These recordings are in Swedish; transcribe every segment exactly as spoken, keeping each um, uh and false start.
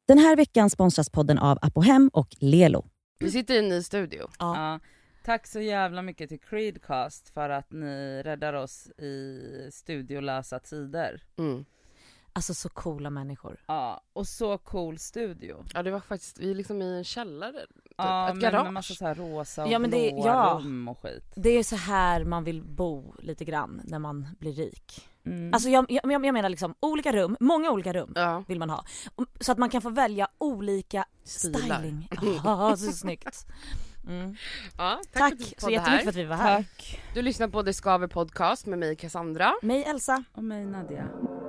Den här veckan sponsras podden av Apohem och Lelo. Vi sitter i en ny studio. Ja. Ja. Tack så jävla mycket till Creedcast för att ni räddar oss i studiolösa tider. Mm. Alltså så coola människor. Ja, och så cool studio. Ja, det var faktiskt, vi är liksom i en källare. Typ. Ja, ett men garage. med massa så här rosa och ja, men det, blåa ja. rum och skit. Det är så här man vill bo lite grann när man blir rik. Mm. Alltså jag, jag, jag menar liksom olika rum, många olika rum Ja. vill man ha. Så att man kan få välja olika Stilar. styling. Ja, så snyggt. Mm. Ja, tack Tack för att du så poddade jättemycket här. för att vi var här. Tack. Du lyssnar på Det Skaver podcast med mig Cassandra. Mig Elsa. Och mig Nadia.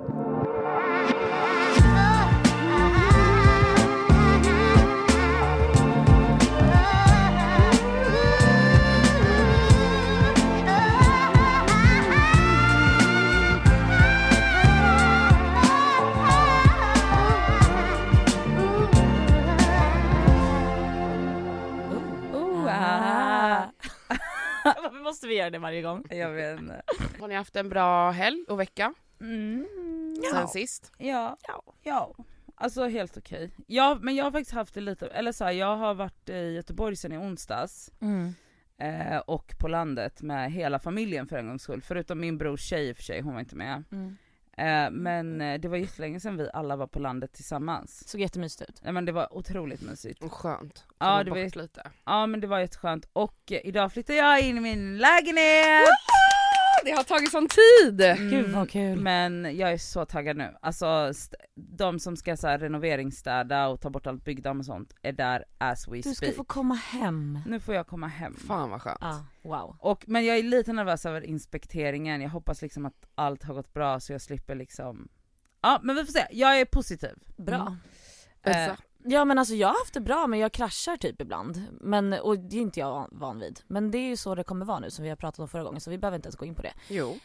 Varför måste vi göra det varje gång? Jag vet inte. Har ni haft en bra helg och vecka Mm. sen Ja. sist? Ja, ja, ja. Alltså helt okej. Ja, men jag har faktiskt haft det lite, eller så här, jag har varit i Göteborg sen i onsdags. Mm. Eh, och på landet med hela familjen för en gångs skull. Förutom min brors tjej i och för sig, hon var inte med. Mm. Eh, men eh, det var jättelänge sedan vi alla var på landet tillsammans. Såg jättemysigt ut. Nej, men det var otroligt mysigt. Och skönt. Ja, Komma det bort var- lite. Ja, men det var jätteskönt. Och eh, idag flyttar jag in i min lägenhet! Det har tagit sån tid! Mm, Gud vad kul. Men jag är så taggad nu. Alltså st- de som ska så här, renoveringsstäda och ta bort allt byggdamm och sånt är där as we Du ska speak. få komma hem. Nu får jag komma hem. Fan vad skönt. Ah, wow. Och, men jag är lite nervös över inspekteringen. Jag hoppas liksom att allt har gått bra så jag slipper liksom... Ja, men vi får se. Jag är positiv. Bra. Mm. Elsa? Eh, Ja men alltså jag har haft det bra, men jag kraschar typ ibland. Men, och det är inte jag van vid. Men det är ju så det kommer vara nu, som vi har pratat om förra gången, så vi behöver inte ens gå in på det. Jo.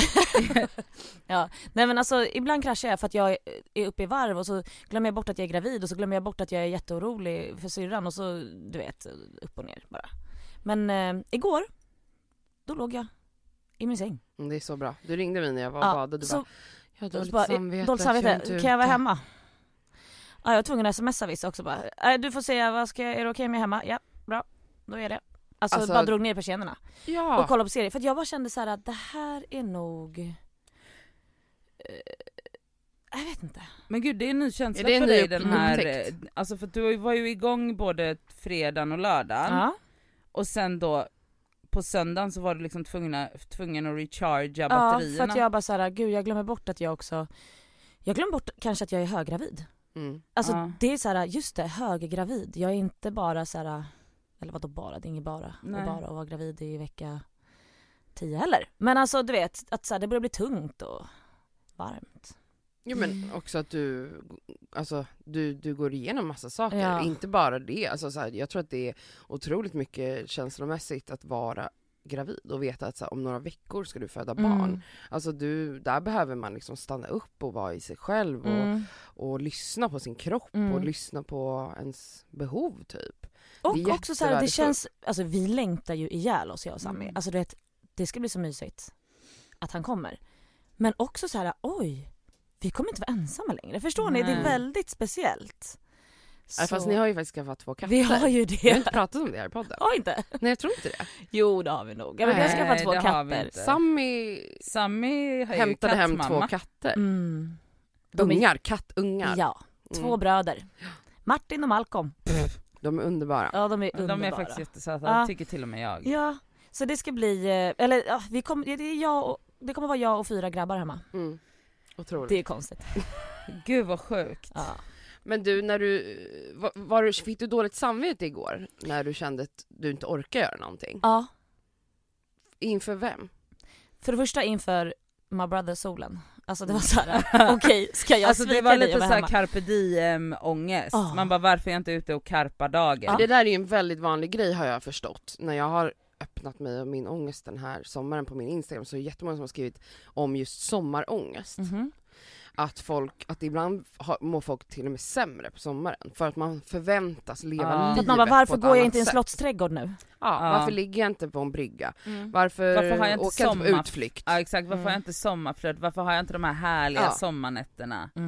Ja, nej men alltså ibland kraschar jag för att jag är uppe i varv och så glömmer jag bort att jag är gravid och så glömmer jag bort att jag är jätteorolig för syrran och så, du vet, upp och ner bara. Men eh, igår, då låg jag i min säng. Mm, det är så bra. Du ringde mig när jag var och Ja, badade. Du så, bara, jag har så dåligt bara, samvete. dåligt jag är samvete. inte Kan jag vara ute. hemma? Ja, jag var tvungen att smsa vissa också bara. Äh, du får säga, vad ska jag, är det okej om jag är hemma? Ja, bra. Då är det. Alltså, Alltså- bara drog ner persiennerna Ja. och kollade på serier. För att jag bara kände så här att det här är nog... Eh, jag vet inte. Men gud, det är en ny känsla Är det en för ny dig den här... upptäckt? eh, Alltså för du var ju igång både fredagen och lördagen. Ja. Och sen då på söndagen så var du liksom tvungna, tvungen att rechargea Ja, batterierna. för att jag bara så här, gud jag glömmer bort att jag också... Jag glömmer bort kanske att jag är höggravid. Mm. Alltså Ja. det är så här, just det, höggravid. Jag är inte bara så här, eller vadå bara, det är inget bara. Nej. Och bara att vara gravid i vecka tio heller. Men alltså du vet, att så här, det börjar bli tungt och varmt. Jo men också att du, alltså, du, du går igenom massa saker. Ja. Inte bara det. Alltså, så här, jag tror att det är otroligt mycket känslomässigt att vara gravid och veta att så här, om några veckor ska du föda Mm. barn. Alltså du, där behöver man liksom stanna upp och vara i sig själv och, Mm. och lyssna på sin kropp Mm. och lyssna på ens behov typ. Och Det är också så här, det jättevärdefullt. känns, alltså vi längtar ju ihjäl oss jag och Sammy. Mm. Alltså du vet, det ska bli så mysigt att han kommer. Men också så här, oj, vi kommer inte vara ensamma längre. Förstår ni? Det är Nej. väldigt speciellt. Ja, fast Så- ni har ju faktiskt skaffat två katter. Vi har ju Vi har det. inte pratat om det här i podden. Har inte? Nej, jag tror inte det. Jo, det har vi nog. Ja, men vi har Nej, skaffat två det har vi katter. inte. Sammy Sammy har ju hämtade hem kattmamma. två katter. Mm. De är- Ungar, kattungar. Ja, två Mm. bröder. Martin och Malcolm. De är underbara. Ja, de är De underbara. är faktiskt jättesöta, Ja. det tycker till och med jag. Ja, så det ska bli, eh, eller ja, vi kom, det, är jag och, det kommer vara jag och fyra grabbar hemma. Mm. Otroligt. Det är konstigt. Gud vad sjukt. Ja. Men du, när du, var, var du, fick du dåligt samvete igår? När du kände att du inte orkar göra någonting? Ja, Inför vem? för det första inför My Brother Solen. Alltså det var så här: okej, ska jag Alltså svika det var dig lite och vara såhär hemma? carpe diem ångest. Ah. Man bara, varför är jag inte ute och karpar dagen? Ja. Det där är ju en väldigt vanlig grej har jag förstått. När jag har öppnat mig och min ångest den här sommaren på min Instagram så är det jättemånga som har skrivit om just sommarångest. Mhm. Att folk, att ibland har, mår folk till och med sämre på sommaren för att man förväntas leva Ja. livet För att man bara, på varför ett går jag annat inte i en sätt? slottsträdgård nu? Ja, Ja. varför ligger jag inte på en brygga? Mm. Varför, Varför har jag inte åker jag inte på sommar- utflykt? Ja exakt, varför Mm. har jag inte sommarflört? Varför har jag inte de här härliga Ja. sommarnätterna? Mm.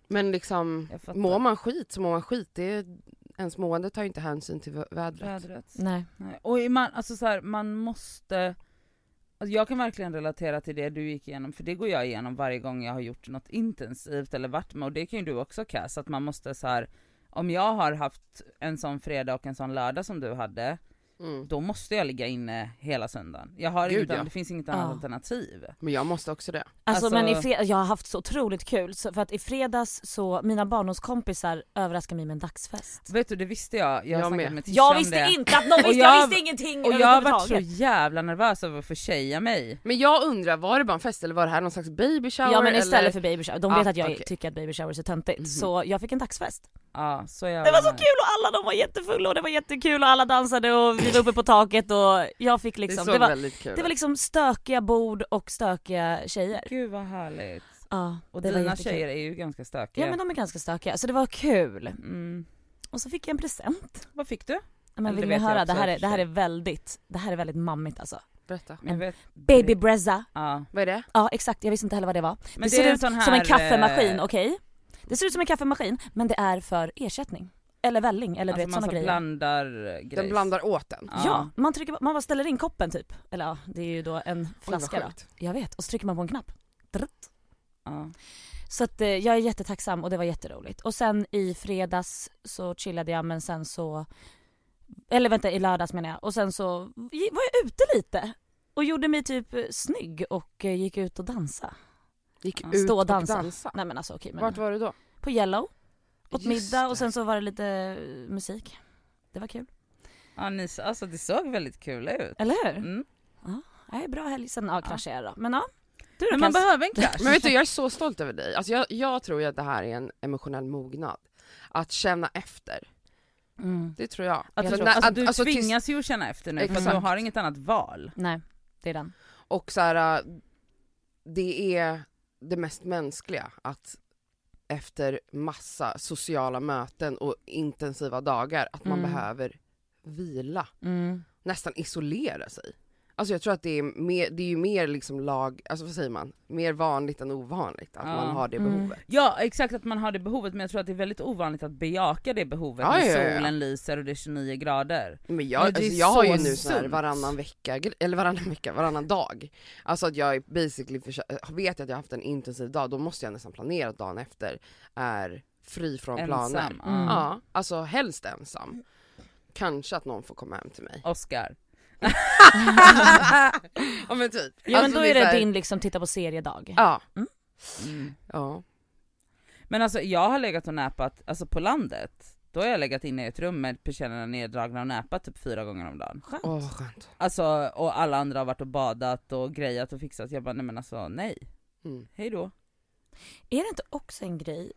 Men liksom, Jag fattar. mår man skit så mår man skit. Det är, ens mående tar ju inte hänsyn till vä- vädret. Vädret. Nej. Nej. Och i man, alltså så här, man måste... Alltså jag kan verkligen relatera till det du gick igenom, för det går jag igenom varje gång jag har gjort något intensivt eller varit med, och det kan ju du också, Cass, att man måste så här, om jag har haft en sån fredag och en sån lördag som du hade, Mm. då måste jag ligga inne hela söndagen. Jag har Gud, inget, ja. Det finns inget Ja. annat alternativ. Men jag måste också det. Alltså, Alltså- men i fredags, jag har haft så otroligt kul, så för att i fredags så, mina barndomskompisar överraskade mig med en dagsfest. Vet du, det visste jag. Jag har Jag snackat med. med Tisha Jag om visste det. inte att någon Och visste, jag- jag visste ingenting Och jag har varit så överhuvudtaget. jävla nervös över att förtjeja mig. Men jag undrar, var det bara en fest eller var det här någon slags baby shower? Ja men istället eller? för baby shower, de Ah, vet att jag okej. tycker att baby showers är töntigt, Mhm. så jag fick en dagsfest. Ja, så jävla Det var så nice. kul och alla de var jättefulla och det var jättekul och alla dansade och vi var uppe på taket och jag fick Det liksom, såg det var, väldigt kul det var liksom stökiga bord och stökiga tjejer. Gud vad härligt. Ja, Och det var dina jättekul. tjejer är ju ganska stökiga. Ja men de är ganska stökiga, så det var kul. Mm. Och så fick jag en present. Vad fick du? Ja, men Eller vill det ni vet jag höra, också det här, i är, och det för här sig. är väldigt, det här är väldigt mammigt alltså. Berätta. Jag vet. Baby Brezza. Ja. Vad är det? Ja exakt, jag visste inte heller vad det var. Men det, det ser är en ut sån här, som en kaffemaskin, eh, okej? Det ser ut som en kaffemaskin, men det är för ersättning. Eller välling, eller du Alltså vet man såna så grejer. blandar grejs. Den blandar åt den. Ja. Ja, man, trycker, man bara ställer in koppen typ. Eller ja, det är ju då en Oj, vad flaska då. sjukt. Jag vet, och så trycker man på en knapp. Drutt. Ja. Så att eh, jag är jättetacksam och det var jätteroligt. Och sen i fredags så chillade jag, men sen så, eller vänta, i lördags menar jag. Och sen så var jag ute lite och gjorde mig typ eh, snygg och eh, gick ut och dansa. Gick Ja. ut Stå och och dansa. dansa. Nej men alltså okej, men Vart var du då? på Yellow. Åt Just middag det. och sen så var det lite eh, musik. Det var kul. Ja, ni, alltså det såg väldigt kul ut. Eller hur? Mm. Nej, bra helg. Sen ja, kraschade jag då. Men ja. Du då, Men man Cass? behöver en krasch. Men vet du, jag är så stolt över dig. Alltså jag, jag tror ju att det här är en emotionell mognad. Att känna efter. Mm. Det tror jag. Att, Jag alltså, tror- alltså, att- du alltså, tills- tvingas ju känna efter nu, för Exakt. du har inget annat val. Nej, det är den. Och så här, det är det mest mänskliga att efter massa sociala möten och intensiva dagar att man Mm. behöver vila, Mm. nästan isolera sig. Alltså jag tror att det är mer, det är ju mer liksom lag, alltså vad säger man, mer vanligt än ovanligt att Ja. man har det Mm. behovet. Ja exakt, att man har det behovet, men jag tror att det är väldigt ovanligt att bejaka det behovet Ja, när ja, ja, ja. solen lyser och det är tjugonio grader. Men jag, Men det är alltså jag har ju så nu sån här sunt. varannan vecka, eller varannan vecka, varannan dag. Alltså att jag är basically, försö- vet att jag har haft en intensiv dag, då måste jag nästan planera att dagen efter är fri från planer. Ensam. Mm. Ja. Ja, alltså helst ensam. Kanske att någon får komma hem till mig. Oscar. Ja men typ. Ja men Alltså, då är det så här- din liksom titta på seriedag. Ja. Mm. Ja. Men alltså jag har legat och näpat, alltså på landet, då har jag legat inne i ett rum med persiennerna neddragna och näpat typ fyra gånger om dagen. Skönt. Åh vad skönt. Alltså, och alla andra har varit och badat och grejat och fixat. Jag bara, nej men alltså nej, Mm. hej då. Är det inte också en grej,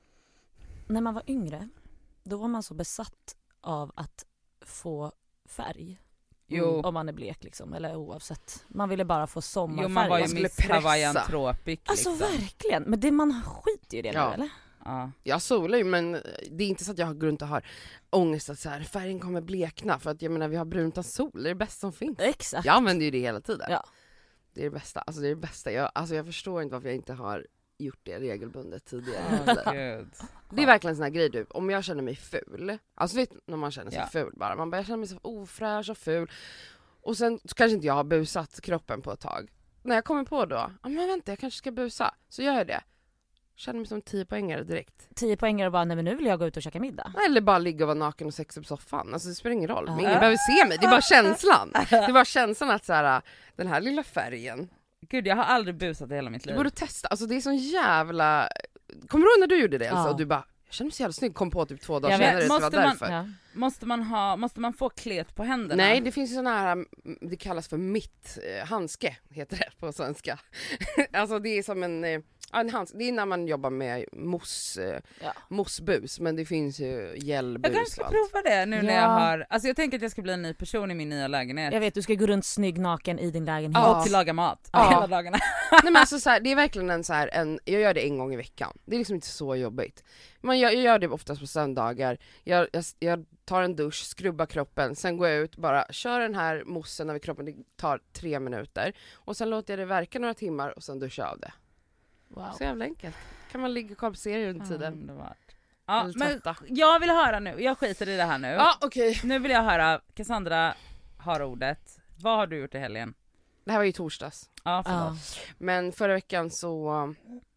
när man var yngre, då var man så besatt av att få färg. Jo, Om man är blek liksom, eller oavsett. Man ville bara få sommarfärg. jo man var ju Man skulle Miss pressa. Hawaiian Tropic Alltså liksom. verkligen, men det, man skiter ju i det Ja. nu eller? Ja. Jag solar ju men det är inte så att jag går runt och har ångest att så här, färgen kommer blekna för att jag menar vi har brunt av sol, det är det bästa som finns. Exakt. Jag använder ju det hela tiden. Ja. Det är det bästa, alltså det är det bästa. Jag, alltså jag förstår inte varför jag inte har gjort det regelbundet tidigare. Åh, gud. Det är verkligen en sån här grej du, om jag känner mig ful, alltså vet när man känner sig Ja. ful bara, man bara jag känner mig så ofräsch och ful och sen så kanske inte jag har busat kroppen på ett tag. När jag kommer på då, ja men vänta jag kanske ska busa, så gör jag det. Känner mig som tio poängare direkt. Tio poänger och bara, nej men nu vill jag gå ut och käka middag. Eller bara ligga och vara naken och sexa på soffan, alltså det spelar ingen roll, men Ja. ingen behöver se mig, det är bara känslan. Det är bara känslan att så här, den här lilla färgen, Gud jag har aldrig busat i hela mitt du liv. borde testa, alltså det är sån jävla, kommer du ihåg när du gjorde det Elsa Ja. och du bara, jag känner mig så jävla snygg, kom på typ två dagar Jag vet. senare, det var Måste man- därför. Ja. Måste man ha, måste man få klet på händerna? Nej, det finns ju såna här, mm, det kallas för mitt eh, handske, heter det på svenska. Alltså det är som en, eh, ja, en handske, det är när man jobbar med mousse, eh, Ja. moussebus, men det finns ju gelbus Jag kanske ska och allt. prova det nu när Ja. jag har, alltså jag tänker att jag ska bli en ny person i min nya lägenhet. Jag vet, du ska gå runt snygg naken i din lägenhet. Ja. Och till laga mat Ja. hela dagarna. Nej men alltså så här, det är verkligen en så här, en, jag gör det en gång i veckan. Det är liksom inte så jobbigt. Men jag, jag gör det oftast på söndagar. Jag, jag, jag tar en dusch, skrubbar kroppen, sen går jag ut, bara kör den här moussen över kroppen, det tar tre minuter. Och sen låter jag det verka några timmar och sen duschar jag av det. Wow. Så jävla enkelt. Kan man ligga och kabelserier under tiden. Underbart. Ja, Eller men tvätta. jag vill höra nu, jag skiter i det här nu. Ja, okej. Nu vill jag höra, Cassandra har ordet. Vad har du gjort i helgen? Det här var ju torsdags. Ja, förlåt. Ja. Men förra veckan så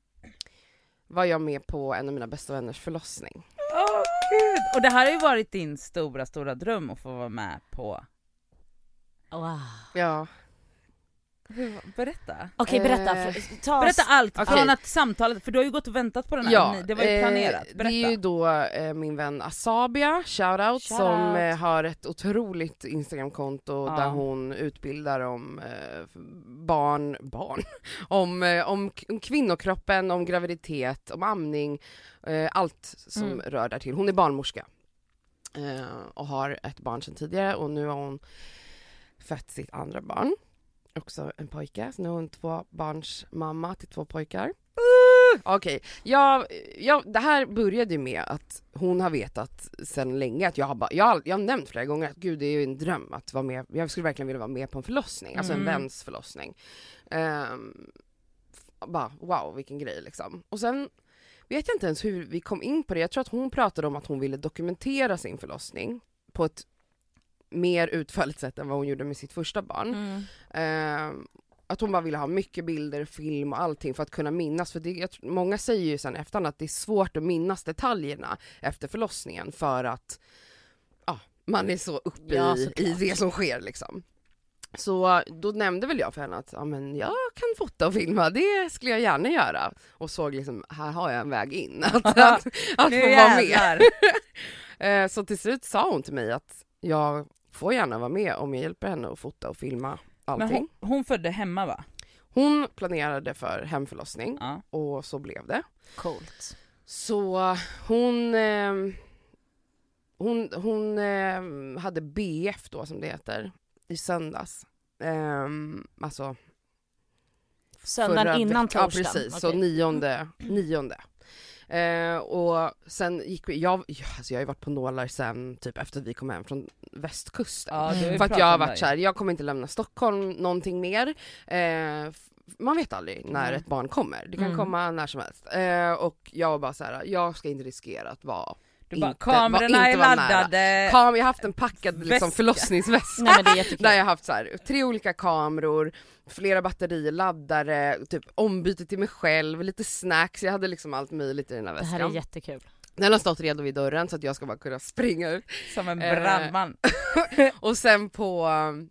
var jag med på en av mina bästa vänners förlossning. Åh gud! Och det här har ju varit din stora, stora dröm att få vara med på. Wow. Ja. Hur, berätta. Okej, berätta. Eh, För, ta Berätta allt Okej. från att samtalet, för du har ju gått och väntat på den här, Ja, Ni- det var ju planerat. eh, Berätta. det är ju då eh, min vän Asabia, shoutout, Shout som out. eh, har ett otroligt Instagramkonto Ja. där hon utbildar om eh, barn, barn, om, eh, om, k- om kvinnokroppen, om graviditet, om amning, eh, allt som Mm. rör där till. Hon är barnmorska eh, och har ett barn sedan tidigare och nu har hon fött sitt andra barn. Också en pojke, så nu är hon två barns mamma till två pojkar. Uh, Okej, okay. jag, jag, det här började ju med att hon har vetat sedan länge att jag har, bara, jag, har, jag har nämnt flera gånger att gud, det är ju en dröm att vara med, jag skulle verkligen vilja vara med på en förlossning, alltså en Mm. väns förlossning. Um, bara wow, vilken grej liksom. Och sen vet jag inte ens hur vi kom in på det, jag tror att hon pratade om att hon ville dokumentera sin förlossning på ett mer utförligt sätt än vad hon gjorde med sitt första barn. Mm. Eh, att hon bara ville ha mycket bilder, film och allting för att kunna minnas. För det, jag, tror- många säger ju sen efterhand att det är svårt att minnas detaljerna efter förlossningen för att ja, man är så uppe Ja, i, såklart. i det som sker liksom. Så då nämnde väl jag för henne att ja, men jag kan fota och filma, det skulle jag gärna göra. Och såg liksom, här har jag en väg in att, att, att, att Nu få vara med. jävlar. Eh, så till slut sa hon till mig att jag får gärna vara med om jag hjälper henne att fota och filma allting. Men hon, hon födde hemma va? Hon planerade för hemförlossning Ja. och så blev det. Coolt. Så hon eh, hon, hon eh, hade B F då som det heter i söndags. Eh, alltså Söndagen förra innan veck- Ja torsdagen. precis, så Okej. nionde, nionde. Eh, och sen gick vi, jag, ja, alltså jag har ju varit på nålar sen typ efter att vi kom hem från västkusten. Ja, du har ju För att pratat jag har om varit det. så här, jag kommer inte lämna Stockholm någonting mer. Eh, f- man vet aldrig när Mm. ett barn kommer. Det kan Mm. komma när som helst. Eh, och jag var bara så här, jag ska inte riskera att vara Du bara, inte- var- kamerorna är inte vara nära. laddade. Kam, jag har haft en packad liksom, Väska. förlossningsväska. Nej men det är jättekul. Där jag har haft så här, tre olika kameror, flera batterier, laddare, typ ombyte till mig själv, lite snacks, jag hade liksom allt möjligt i den här Det väskan. här är jättekul. Den har stått redo vid dörren så att jag ska bara kunna springa ut. Som en Eh, brandman. Och sen på, um,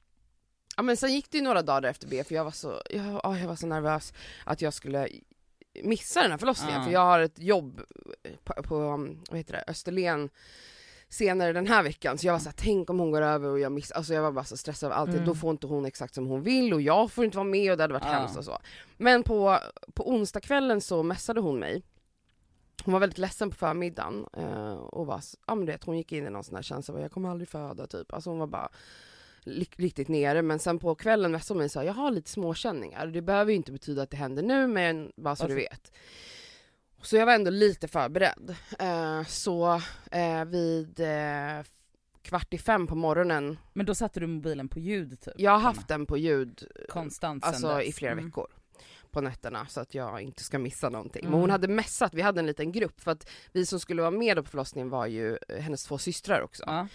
ja men sen gick det ju några dagar efter B för jag var så, jag, ja, jag var så nervös att jag skulle missa den här förlossningen Ja. för jag har ett jobb på, på um, vad heter det, Österlen senare den här veckan, så jag var så här, tänk om hon går över och jag missar, alltså jag var bara så stressad av allt, Mm. då får inte hon exakt som hon vill och jag får inte vara med och det hade varit Ja. hemskt och så. Men på, på onsdagskvällen så messade hon mig. Hon var väldigt ledsen på förmiddagen eh, och var, ja men det, hon gick in i någon sån här känsla, jag kommer aldrig föda typ, alltså hon var bara li- riktigt nere, men sen på kvällen messade hon mig och sa, jag har lite småkänningar, det behöver ju inte betyda att det händer nu, men bara så Varför? du vet. Så jag var ändå lite förberedd. Eh, så eh, vid eh, kvart i fem på morgonen, Men då satte du mobilen på ljud typ? jag har haft den på ljud konstant sen alltså dess. i flera Mm. veckor på nätterna så att jag inte ska missa någonting. Mm. Men hon hade messat, vi hade en liten grupp för att vi som skulle vara med då på förlossningen var ju eh, hennes två systrar också. Ja.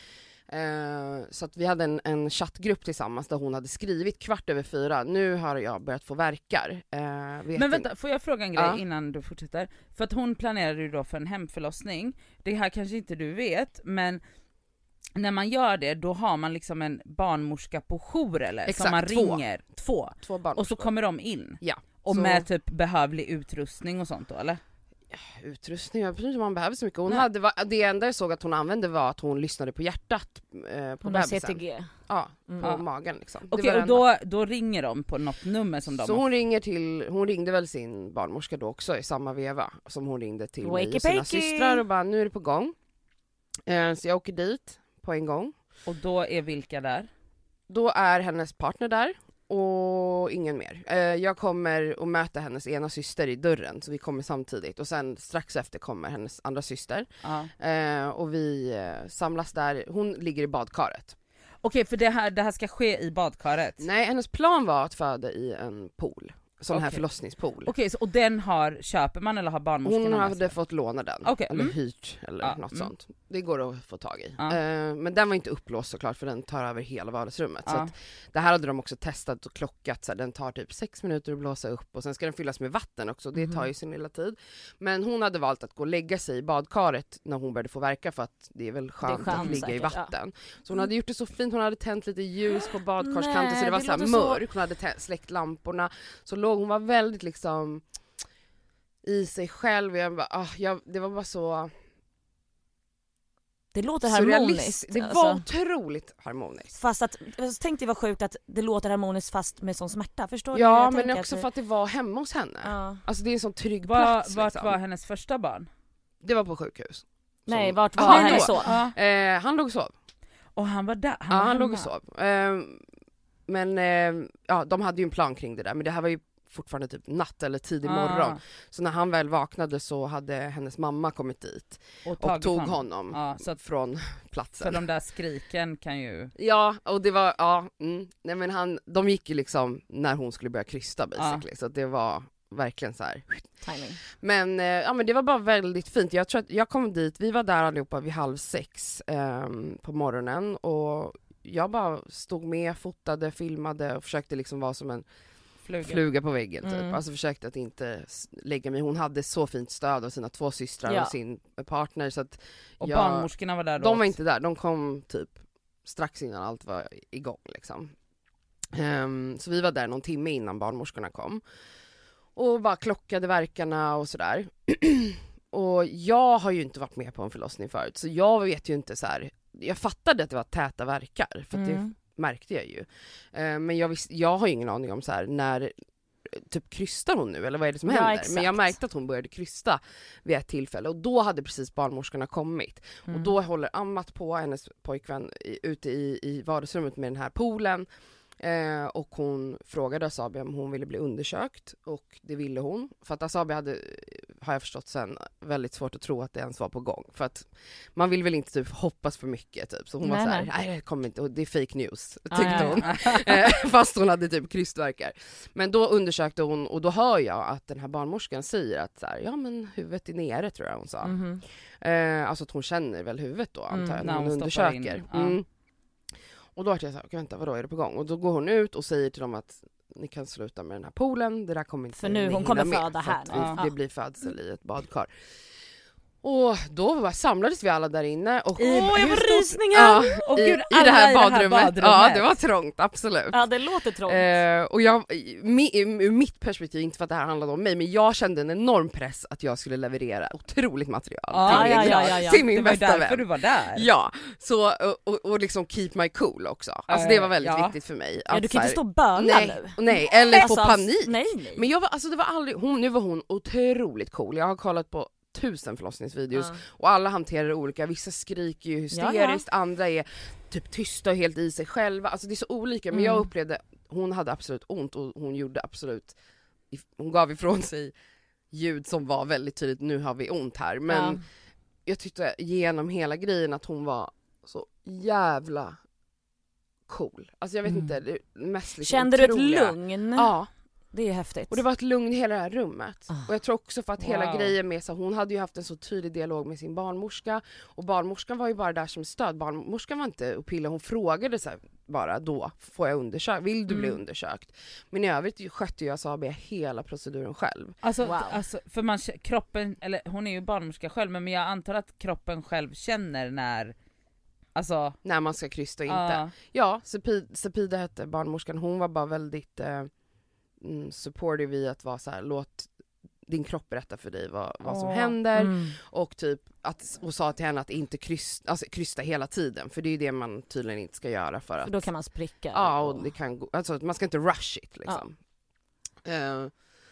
Eh, så att vi hade en, en chattgrupp tillsammans där hon hade skrivit kvart över fyra, nu har jag börjat få verkar. Eh, vet Men vänta, får jag fråga en grej Ja. innan du fortsätter? För att hon planerade ju då för en hemförlossning, det här kanske inte du vet, men när man gör det då har man liksom en barnmorska på jour eller? Exakt, som man två. ringer, två, Två barn. och så kommer de in? Ja. Och så- med typ behövlig utrustning och sånt då eller? Utrustning, jag vet inte om man behöver så mycket. Hon Nej. hade, va- det enda jag såg att hon använde var att hon lyssnade på hjärtat eh, på Hon har bebisen. C T G. Ja, Mm. på Ja. magen liksom. Det Okej, var det och enda. då, då ringer de på något nummer som de Så har. hon ringer till, hon ringde väl sin barnmorska då också i samma veva som hon ringde till mig Wakey och sina pakey. systrar och bara, nu är det på gång. Eh, så jag åker dit på en gång. Och då är vilka där? Då är hennes partner där och ingen mer. Eh, jag kommer och möter hennes ena syster i dörren, så vi kommer samtidigt och sen strax efter kommer hennes andra syster. Ja. Eh, och vi eh, samlas där, hon ligger i badkaret. Okej, för det här, det här ska ske i badkaret? Nej, hennes plan var att föda i en pool. sån här Okej. förlossningspool. Okej, så, och den har, köper man eller har barnmorskan? Hon annars? hade fått låna den, Okej, eller mm. hyrt eller Ja, något mm. sånt. Det går att få tag i. Ja. Eh, men den var inte upplåst såklart, för den tar över hela vardagsrummet. Så Ja. att, det här hade de också testat och klockat, så här, den tar typ sex minuter att blåsa upp och sen ska den fyllas med vatten också, det Mhm. tar ju sin lilla tid. Men hon hade valt att gå och lägga sig i badkaret när hon började få verka, för att det är väl skönt, skönt att ligga i säkert, ja. vatten. Så hon hade gjort det så fint, hon hade tänt lite ljus på badkarskanten, Nej, så det var det så här låter så- mörkt, hon hade tä- släckt lamporna. Så låg, hon var väldigt liksom i sig själv. Jag bara, ah, jag, det var bara så Det låter surrealistiskt. harmoniskt. Det var alltså. otroligt harmoniskt. Fast att, alltså, tänk dig vad sjukt att det låter harmoniskt fast med sån smärta, förstår du? Ja, Jag men tänker också att för att det var hemma hos henne. Ja. Alltså det är en sån trygg Var, plats vart liksom. var hennes första barn? Det var på sjukhus. Nej, Som- vart var Aha, hennes då. son? Ja. Eh, han låg och sov. Och han var där? Ja, var han låg hemma. och sov. Eh, men eh, ja, de hade ju en plan kring det där, men det här var ju fortfarande typ natt eller tidig morgon. Ah, Så när han väl vaknade så hade hennes mamma kommit dit och, och tagit tog honom. honom Ja, så att, från för platsen. de där skriken kan ju... Ja, och det var, ja, mm, nej men han, de gick ju liksom när hon skulle börja krysta basically, så att det var verkligen så här. Timing. Men, eh, ja men det var bara väldigt fint. Jag tror att jag kom dit, vi var där allihopa vid halv sex eh, på morgonen, och jag bara stod med, fotade, filmade och försökte liksom vara som en Fluga. fluga på väggen typ. Mm. Alltså försökte att inte s- lägga mig. Hon hade så fint stöd av sina två systrar Ja. och sin partner, så att Och jag- barnmorskorna var där då de var också. inte där, de kom typ strax innan allt var igång liksom. Ehm, så vi var där någon timme innan barnmorskorna kom. Och bara klockade verkarna och sådär. Och jag har ju inte varit med på en förlossning förut, så jag vet ju inte så här. Jag fattade att det var täta verkar, för att det Mm. märkte jag ju. Ehm, men jag, visst, jag har ju ingen aning om så här när typ krystar hon nu eller vad är det som Ja, händer? exakt. Men jag märkte att hon började krysta vid ett tillfälle, och då hade precis barnmorskorna kommit. Mm. Och då håller Amat på, hennes pojkvän, i, ute i, i vardagsrummet med den här poolen. Eh, och hon frågade Asabi om hon ville bli undersökt, och det ville hon. För att Asabi hade, har jag förstått sen, väldigt svårt att tro att det ens var på gång. För att man vill väl inte typ hoppas för mycket typ. Så hon Nej, var så här, nej. nej det kommer inte, och det är fake news, Ah, tyckte ja, hon. ja. Eh, Fast hon hade typ krystverkar. Men då undersökte hon, och då hör jag att den här barnmorskan säger att så här, ja men huvudet är nere, tror jag hon sa. Mhm. Eh, alltså att hon känner väl huvudet då, antar jag, Mm, när när hon hon stoppar undersöker. in, ja. Mm. Och då var jag så här, okej, vänta, vadå är det på gång? Och då går hon ut och säger till dem att ni kan sluta med den här poolen, det där kommer inte För nu, ni hon hinna kommer med, föda för här att nu. vi, Ja. det blir födsel i ett badkar. Och då bara samlades vi alla där inne och I, Åh, jag hur får stort- rysningar! ja, Och i, gud, i alla det här i det här badrummet. Ja, badrummet. det var trångt, absolut. Ja, det låter trångt. Eh, och jag, mi, ur mitt perspektiv, inte för att det här handlade om mig, men jag kände en enorm press att jag skulle leverera otroligt material Ja, till, ja, min, ja, ja, ja. till min Det var ju bästa därför vän. du var där. Ja, så, och, och, och liksom keep my cool också. Alltså det var väldigt Ja. viktigt för mig. ja, att du så kan här- inte stå och böla nej, nu. nej, eller Alltså, få panik. Nej, nej. Men jag var, alltså det var aldrig, hon, nu var hon otroligt cool. Jag har kollat på tusen förlossningsvideos Ja. och alla hanterar det olika. Vissa skriker ju hysteriskt, andra är typ tysta och helt i sig själva. Alltså det är så olika, men Mm. jag upplevde, hon hade absolut ont och hon gjorde absolut, hon gav ifrån sig ljud som var väldigt tydligt, nu har vi ont här. Men Ja. jag tyckte genom hela grejen att hon var så jävla cool. Alltså jag vet Mm. inte, det mest liksom Kände du ett otroliga. lugn? Ja. Det är häftigt. Och det var ett lugn i hela det här rummet. Ah. Och jag tror också för att hela Wow. grejen med så hon hade ju haft en så tydlig dialog med sin barnmorska, och barnmorskan var ju bara där som stöd. Barnmorskan var inte och pilla, hon frågade så här, bara då, får jag undersöka, vill du bli Mm. undersökt? Men i övrigt ju skötte jag Asabi hela proceduren själv. Alltså, Wow. alltså för man, k- kroppen, eller hon är ju barnmorska själv, men jag antar att kroppen själv känner när, alltså, När man ska krysta och inte. ja. Ja, Sepida, Sepida hette barnmorskan, hon var bara väldigt eh, mm, supportive i att vara så här, låt din kropp berätta för dig vad, vad som Åh. händer. Mm. Och typ att, och sa till henne att inte krysta, alltså krysta hela tiden, för det är ju det man tydligen inte ska göra för att För då kan man spricka. ja, och det kan gå, alltså man ska inte rush it liksom. Eh,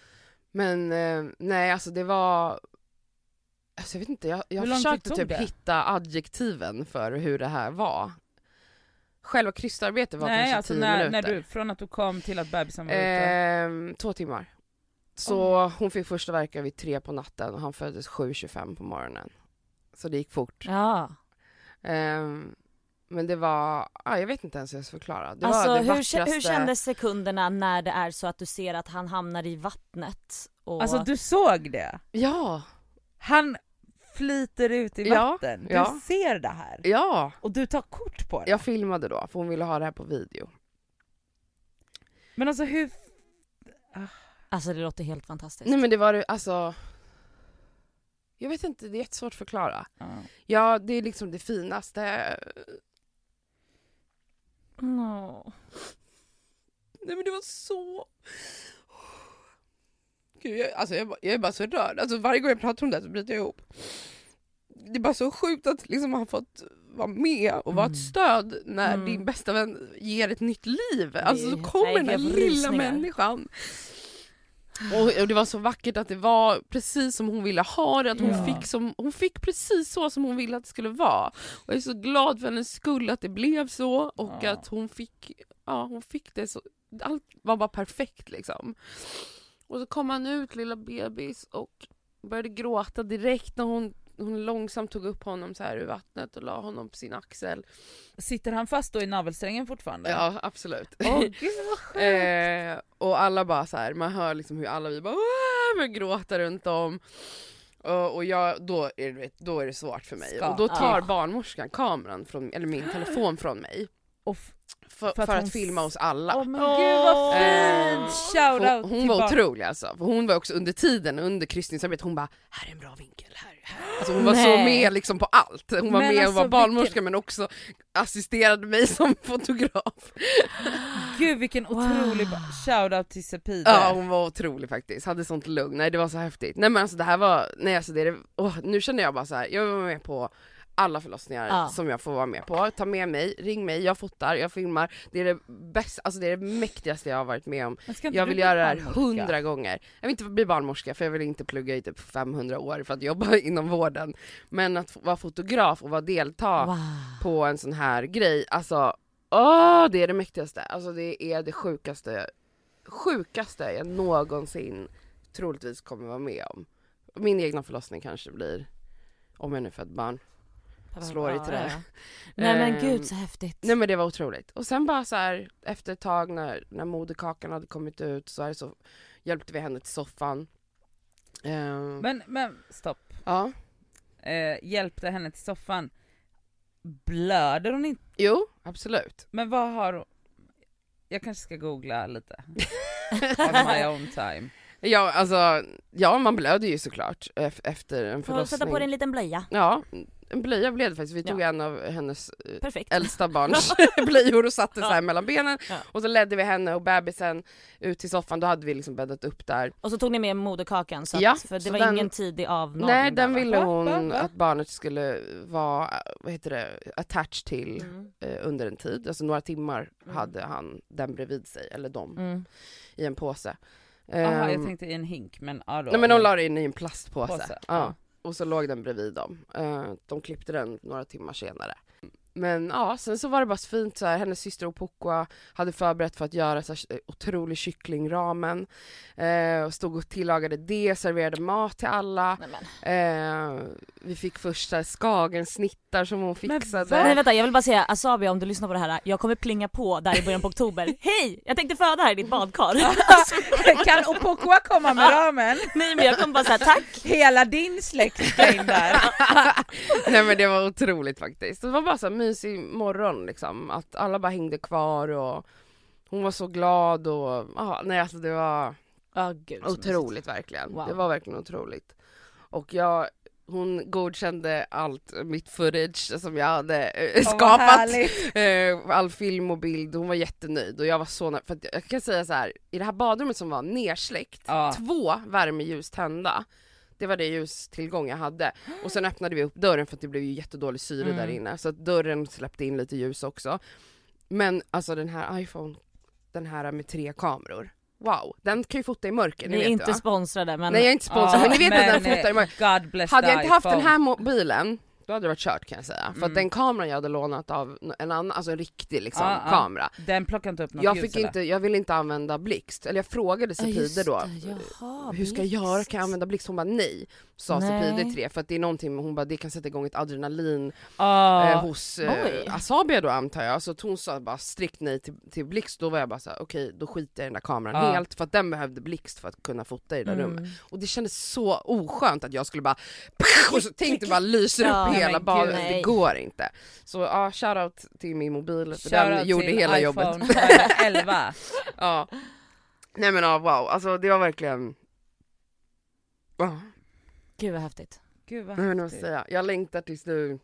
men eh, nej, alltså det var, alltså jag vet inte, jag, jag Hur lång tid försökte tog typ det? hitta adjektiven för hur det här var. Själva krystarbetet var Nej, kanske alltså tio när, minuter. när du, från att du kom till att bebisen var ute. Ehm, två timmar. Så hon fick första verkar vid tre på natten och han föddes sju tjugofem på morgonen. Så det gick fort. Ja. Ehm, Men det var, ah, jag vet inte ens hur jag ska förklara. Det alltså, var det hur, vackraste... hur kändes sekunderna när det är så att du ser att han hamnar i vattnet? Och... Alltså du såg det? Ja. Han flyter ut i Ja, vatten. Du ja. ser det här. Ja. Och du tar kort på det. Jag filmade då, för hon ville ha det här på video. Men alltså hur... Alltså det låter helt fantastiskt. Nej men det var det, alltså... Jag vet inte, det är jättesvårt att förklara. Ja. Ja, det är liksom det finaste. No. Nej men det var så... Gud, jag, alltså jag, jag är bara så rörd. Alltså varje gång jag pratar om det så bryter jag ihop. Det är bara så sjukt att liksom ha fått vara med och vara Mm. ett stöd när Mm. din bästa vän ger ett nytt liv. Alltså så Nej, kommer den här jag får lilla rysningar. människan. Och, och det var så vackert att det var precis som hon ville ha det, att hon, Ja. fick som, hon fick precis så som hon ville att det skulle vara. Och jag är så glad för hennes skull att det blev så och Ja. att hon fick, ja, hon fick det så, allt var bara perfekt liksom. Och så kom han ut, lilla bebis, och började gråta direkt när hon, hon långsamt tog upp honom så här ur vattnet och la honom på sin axel. Sitter han fast då i navelsträngen fortfarande? Ja, absolut. Åh gud vad skönt. Eh, och alla bara så här, man hör liksom hur alla vi bara "Åh!" börjar gråta runt om. Och, och jag, då, är det, då är det svårt för mig. Ska- och då tar ja. barnmorskan kameran, från, eller min telefon från mig. Och f- För, För för att att, hon filma s- oss alla. Åh men gud vad fint! Eh, Shoutout hon hon till var barn- otrolig alltså. För hon var också under tiden, under kryssningsarbetet, hon bara här är en bra vinkel, här, här. Alltså hon var så Nej. med liksom på allt. Hon var Men med och alltså, var barnmorska vilken- men också assisterade mig som fotograf. Gud vilken Wow. otrolig ba- shoutout till Sepide. Ja, hon var otrolig faktiskt. Hade sånt lugn. Nej, det var så häftigt. Nej men alltså det här var, nej alltså det är det, åh, nu känner jag bara så här. Jag var med på alla förlossningar Ja. som jag får vara med på. Ta med mig, ring mig, jag fotar, jag filmar. Det är det bästa, alltså det är det mäktigaste jag har varit med om. Men ska inte Jag du vill bli göra det här barnmorska? hundra gånger. Jag vill inte bli barnmorska för jag vill inte plugga i typ femhundra år för att jobba inom vården. Men att få- vara fotograf och vara delta Wow. på en sån här grej, alltså åh, det är det mäktigaste. Alltså det är det sjukaste, sjukaste jag någonsin troligtvis kommer vara med om. Min egna förlossning kanske blir, om jag nu född barn. Slår i trä. Ja. Nej men Ehm, gud så häftigt. Nej men det var otroligt. Och sen bara så här efter ett tag när, när moderkakan hade kommit ut så, här, så hjälpte vi henne till soffan. Ehm, Men, men stopp. ja, Eh, hjälpte henne till soffan. Blöder hon inte? jo absolut. Men vad har hon? Jag kanske ska googla lite. On my own time. Ja alltså, ja man blöder ju såklart ef- efter en Får förlossning. sätta på dig en liten blöja. Ja, en blöja blev det faktiskt. Vi tog Ja. en av hennes eh, Perfekt. äldsta barns blöjor och satte så här mellan benen. Ja. Och så ledde vi henne och bebisen ut till soffan, då hade vi liksom bäddat upp där. Och så tog ni med moderkakan så att, Ja, för det så var den- ingen tidig avnagning. Nej, där, den va? ville Va? hon Va? Va? att barnet skulle vara, vad heter det, attached till Mm. eh, under en tid. Alltså några timmar Mm. hade han den bredvid sig, eller de, Mm. i en påse. Jaha, jag Ehm, tänkte i en hink, men ja då. Nej men de la in i en plastpåse. Påse, Ja. ja. Och så låg den bredvid dem. Eh, de klippte den några timmar senare. Men ja, sen så var det bara så fint så här. Hennes syster Opokwa hade förberett för att göra så här otrolig kycklingramen. Eh, och stod och tillagade det, serverade mat till alla. Nej, men. Eh, vi fick första skagensnittar som hon Men fixade. va? Nej vänta, jag vill bara säga Asabi, om du lyssnar på det här, jag kommer plinga på där i början på oktober. Hej! Jag tänkte föda här i ditt badkar. Kan Opokwa komma med ramen? Nej men jag kommer bara säga tack. Hela din släkt ska in där. Nej men det var otroligt faktiskt. Det var bara så här mysig morgon liksom. Att alla bara hängde kvar och hon var så glad och ah, nej alltså det var Ja gud så otroligt verkligen. Wow. Det var verkligen otroligt. Och jag, hon godkände allt mitt footage som jag hade eh, Åh, vad skapat. härligt. Eh, all film och bild, hon var jättenöjd och jag var så nöjd. För att jag kan säga så här, i det här badrummet som var nersläckt, Ja. två värmeljus tända. Det var det ljustillgång jag hade. Och sen öppnade vi upp dörren för att det blev ju jättedålig syre Mm. där inne. Så att dörren släppte in lite ljus också. Men alltså den här iPhone, den här med tre kameror. Wow, den kan ju fota i mörker, Vi ni är vet inte va? sponsrade men Nej jag är inte sponsrad, Ja, men ni vet att den men, fotar i mörker. God bless Hade jag the inte haft iPhone. den här mobilen då hade det varit kört kan jag säga. Mm. För att den kameran jag hade lånat av en annan, alltså en riktig liksom, Ja, ja. kamera. Den plockar inte upp något Jag, ljus, fick eller? inte, jag ville inte använda blixt, eller jag frågade Sepide då, Jaha, hur ska jag göra, kan jag använda blixt? Hon bara nej, sa Nej. Sepide tre, för att det är någonting, hon bara det kan sätta igång ett adrenalin Ah, eh, hos Oj. eh, Asabia då antar jag, så hon sa bara strikt nej till, till blixt, då var jag bara såhär okej då skiter jag i den där kameran Ja. helt, för att den behövde blixt för att kunna fota i det där rummet. Mm. Och det kändes så oskönt att jag skulle bara och så tänkte bara lyser upp Ja, hela men badet, gud, det nej. går inte. Så ja, shoutout till min mobil, för shoutout den gjorde till hela iPhone jobbet. elva. Ja. Nej men ja, wow, alltså det var verkligen oh, Gud vad häftigt. Gud vad jag vet inte vad jag häftigt. ska säga. Jag längtar tills du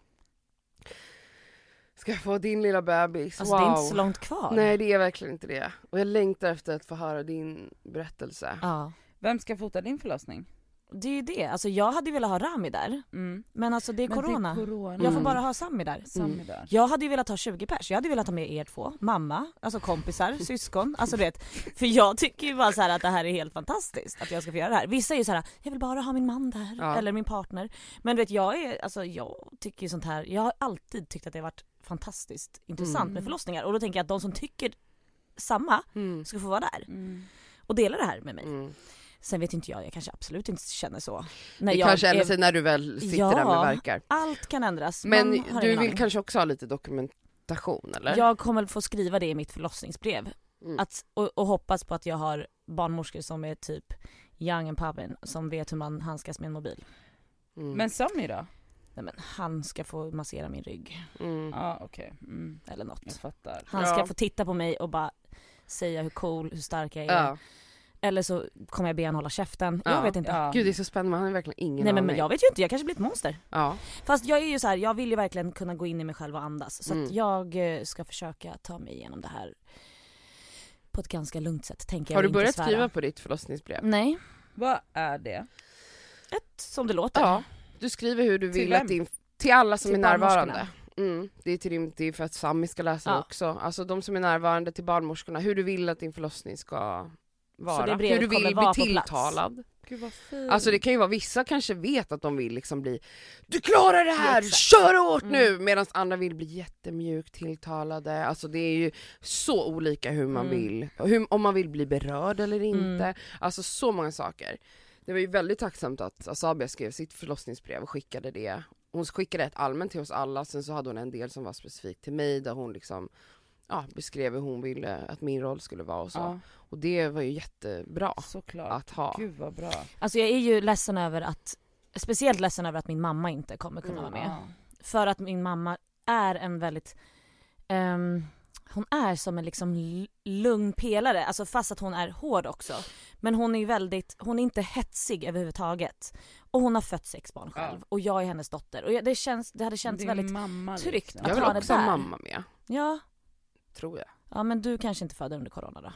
ska få din lilla bebis. Alltså Wow. det är inte så långt kvar. Nej det är verkligen inte det. Och jag längtar efter att få höra din berättelse. Ja. Vem ska fota din förlossning? Det är ju det, alltså jag hade ju velat ha Rami där, Mm. men alltså det är Men corona. det är corona. Jag får Mm. bara ha Sami där. Samma där. Jag hade ju velat ha tjugo pers, jag hade velat ha med er två, mamma, alltså kompisar, syskon, alltså du vet. För jag tycker ju bara så här att det här är helt fantastiskt att jag ska få göra det här. Vissa är ju så här: jag vill bara ha min man där, Ja. eller min partner. Men du vet jag är, alltså jag tycker ju sånt här, jag har alltid tyckt att det har varit fantastiskt intressant Mm. med förlossningar. Och då tänker jag att de som tycker samma Mm. ska få vara där Mm. och dela det här med mig. Mm. Sen vet inte jag, jag kanske absolut inte känner så. När Det jag kanske ändrar är- sig när du väl sitter Ja. där med verkar. Allt kan ändras. Men Man har du ingen vill aning. kanske också ha lite dokumentation eller? Jag kommer få skriva det i mitt förlossningsbrev. Mm. Att, och, och hoppas på att jag har barnmorskor som är typ young and poppin, som vet hur man handskas med en mobil. Mm. Men Sami då? Nej, men han ska få massera min rygg Mm. Ja okej, mm. eller något. Jag fattar. Han ska Ja. få titta på mig och bara säga hur cool, hur stark jag är. Ja. Eller så kommer jag be han hålla käften. Ja. Jag vet inte. Ja. Gud det är så spännande, man har ju verkligen ingen Nej men, aning. men jag vet ju inte, jag kanske blir ett monster. Ja. Fast jag är ju så här, jag vill ju verkligen kunna gå in i mig själv och andas. Så Mm. att jag eh, ska försöka ta mig igenom det här på ett ganska lugnt sätt, tänker jag. Har du och inte börjat svära. skriva på ditt förlossningsbrev? Nej, Vad är det? ett som det låter. Ja. Du skriver hur du Till vill vem? att din... Till alla som Till är närvarande. barnmorskorna. Mm. Det är till din, det är för att Sami ska läsa Ja. också. Alltså de som är närvarande, till barnmorskorna. Hur du vill att din förlossning ska vara. det brevet hur du kommer vill vara bli på plats. tilltalad. Gud vad fint. Alltså det kan ju vara, vissa kanske vet att de vill liksom bli du klarar det här, Exakt. kör hårt Mm. nu! Medan andra vill bli jättemjukt tilltalade. Alltså det är ju så olika hur man Mm. vill, hur, om man vill bli berörd eller inte. Mm. Alltså så många saker. Det var ju väldigt tacksamt att Asabia skrev sitt förlossningsbrev och skickade det. Hon skickade ett allmänt till oss alla, sen så hade hon en del som var specifikt till mig där hon liksom ja, beskrev hur hon ville att min roll skulle vara och så. Ja, Och det var ju jättebra såklart. att ha. Gud vad bra. Alltså jag är ju ledsen över att, speciellt ledsen över att min mamma inte kommer kunna Mm. vara med. Ja. För att min mamma är en väldigt, ehm, hon är som en liksom l- lugn pelare, alltså fast att hon är hård också. Men hon är väldigt, hon är inte hetsig överhuvudtaget. Och hon har fött sex barn själv. Ja. Och jag är hennes dotter. Och jag- det, känns, det hade känts Din väldigt mamma, tryggt liksom. att Jag vill ha det också ha där. mamma med, Ja. tror jag. Ja men du kanske inte födde under corona då?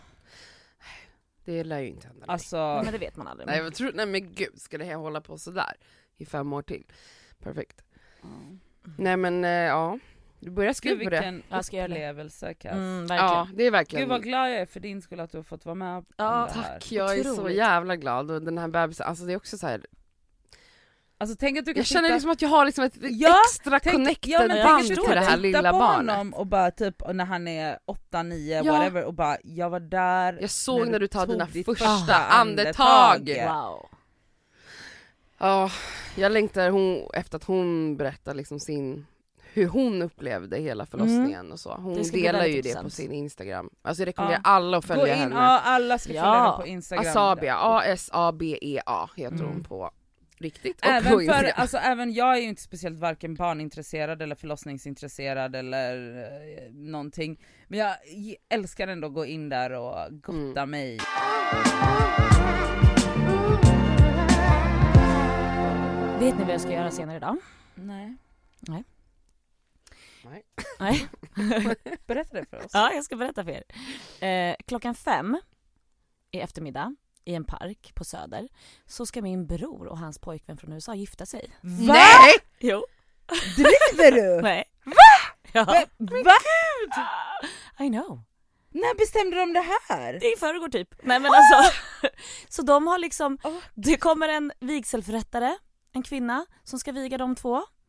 Det lär ju inte hända. Alltså, Men det vet man aldrig. nej, jag tror, nej men gud, ska det här hålla på sådär i fem år till? Perfekt. ja. Nej men eh, ja, du börjar Gud skriva på det. vilken Jag ska göra det. upplevelse Cass. Mm, verkligen. Ja, det är verkligen. Gud vad glad jag är för din skull att du har fått vara med Ja, om det här. Tack, jag är så Otroligt. jävla glad. Och den här bebisen, alltså det är också så här. Alltså tänk att du kan Jag känner sitta... liksom att jag har liksom ett Ja, extra tänk- connected ja, men tänk band att du till kan det här titta lilla på barnet. honom och bara typ när han är åtta, nio, Ja. whatever och bara jag var där. Jag såg när du tar tog dina ditt första andetag. Wow. Ja, jag längtar hon, efter att hon berättar liksom sin, hur hon upplevde hela förlossningen och så. Hon Det ska bli delar väldigt ju det intressant. på sin Instagram. Alltså jag rekommenderar Ja. alla att följa Gå in, henne. ja alla ska följa Ja. henne på Instagram. Asabia, A S A B E A heter Mm. hon på riktigt. Och Även på för, Instagram. alltså även jag är ju inte speciellt varken barnintresserad eller förlossningsintresserad eller eh, någonting. Men jag älskar ändå att gå in där och gotta Mm. mig. Vet ni vad jag ska göra senare idag? Nej. Nej. Nej. Nej. Berätta det för oss. Ja, jag ska berätta för er. Eh, klockan fem i eftermiddag i en park på Söder så ska min bror och hans pojkvän från U S A gifta sig. Va? Nej! Jo. Driver du? Nej. Va? Ja. Men, va? I know. När bestämde de det här? Det är i förrgår typ. Nej men alltså. Så de har liksom, Åh. det kommer en vigselförrättare, en kvinna som ska viga de två.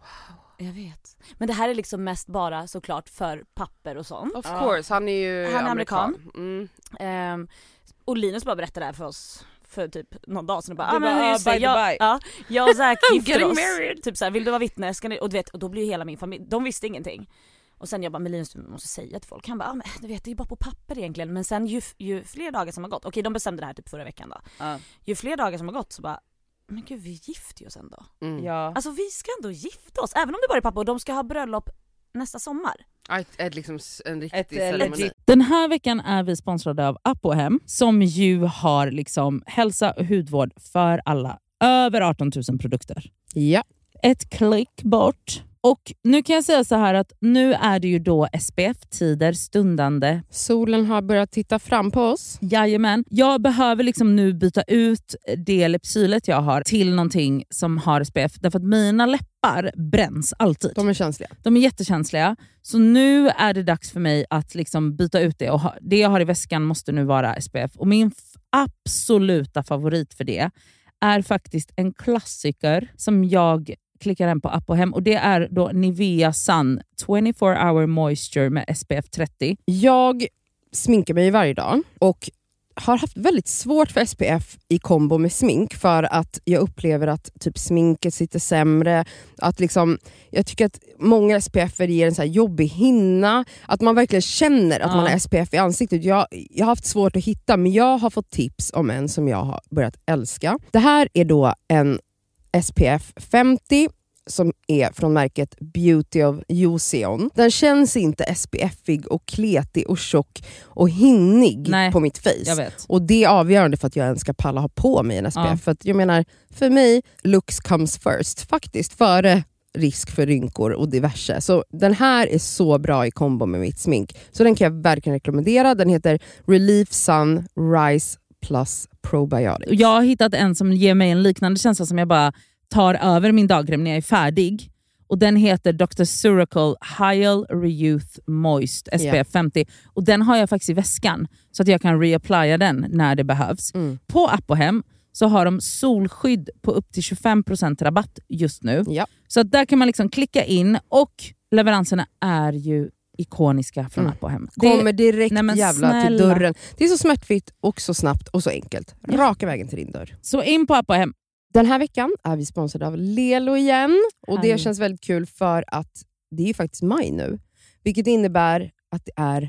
Jag vet. Men det här är liksom mest bara såklart för papper och sånt. Of course, han är ju Han är amerikan. amerikan. Mm. Um, och Linus bara berättade det här för oss för typ någon dag sedan och bara, Du ah, men bara, just ah, det, by the jag, by. ja, jag och Zack gifter getting oss. married. Typ såhär, vill du vara vittne? Ska ni? Och, du vet, och då blir ju hela min familj, de visste ingenting. Och sen jag bara, men Linus, du måste säga till folk. Han bara, ah, men du vet, det är ju bara på papper egentligen. Men sen ju, ju fler dagar som har gått, okej de bestämde det här typ förra veckan då. Uh. Ju fler dagar som har gått så bara, men gud vi gifter ju oss ändå. Mm. Ja. Alltså vi ska ändå gifta oss, även om det bara är pappa och de ska ha bröllop nästa sommar. Ett, ett, liksom, en riktig Ett, eh, ceremoni. legit. Den här veckan är vi sponsrade av Apohem som ju har liksom hälsa och hudvård för alla. Över arton tusen produkter. Ja. Ett klick bort. Och nu kan jag säga så här att nu är det ju då S P F-tider stundande. Solen har börjat titta fram på oss. Jajamän. Jag behöver liksom nu byta ut det läppsylet jag har till någonting som har S P F. Därför att mina läppar bränns alltid. De är känsliga. De är jättekänsliga. Så nu är det dags för mig att liksom byta ut det. Och ha, det jag har i väskan måste nu vara S P F. Och min f- absoluta favorit för det är faktiskt en klassiker som jag klickar den på Apohem. Och det är då Nivea Sun twenty-four hour moisture med S P F trettio. Jag sminkar mig varje dag och har haft väldigt svårt för S P F i kombo med smink för att jag upplever att typ sminket sitter sämre. Att liksom, jag tycker att många S P F ger en så här jobbig hinna. Att man verkligen känner att Ja. man har S P F i ansiktet. Jag, jag har haft svårt att hitta, men jag har fått tips om en som jag har börjat älska. Det här är då en S P F femtio som är från märket Beauty of Joseon. Den känns inte S P F-ig och kletig och tjock och hinnig Nej, på mitt face. Jag vet. Och det är avgörande för att jag ens ska palla ha på mig en S P F. Ja. För att jag menar, för mig, looks comes first. Faktiskt före risk för rynkor och diverse. Så den här är så bra i kombo med mitt smink. Så den kan jag verkligen rekommendera. Den heter Relief Sun Rise Plus Probiotics. Jag har hittat en som ger mig en liknande känsla som jag bara tar över min dagkräm när jag är färdig. Och den heter doctor Suracle Hyal Reyouth Moist S P F femtio. Och den har jag faktiskt i väskan så att jag kan reapplya den när det behövs. Mm. På Apohem så har de solskydd på upp till tjugofem procent rabatt just nu. Ja. Så att där kan man liksom klicka in och leveranserna är ju ikoniska från Mm. Apohem. Kommer direkt Nej, men jävla till snälla. dörren. Det är så smärtfritt och så snabbt och så enkelt. Raka vägen till din dörr. Så in på Apohem. Den här veckan är vi sponsrade av Lelo igen. Och det Härligt. känns väldigt kul för att det är ju faktiskt maj nu. Vilket innebär att det är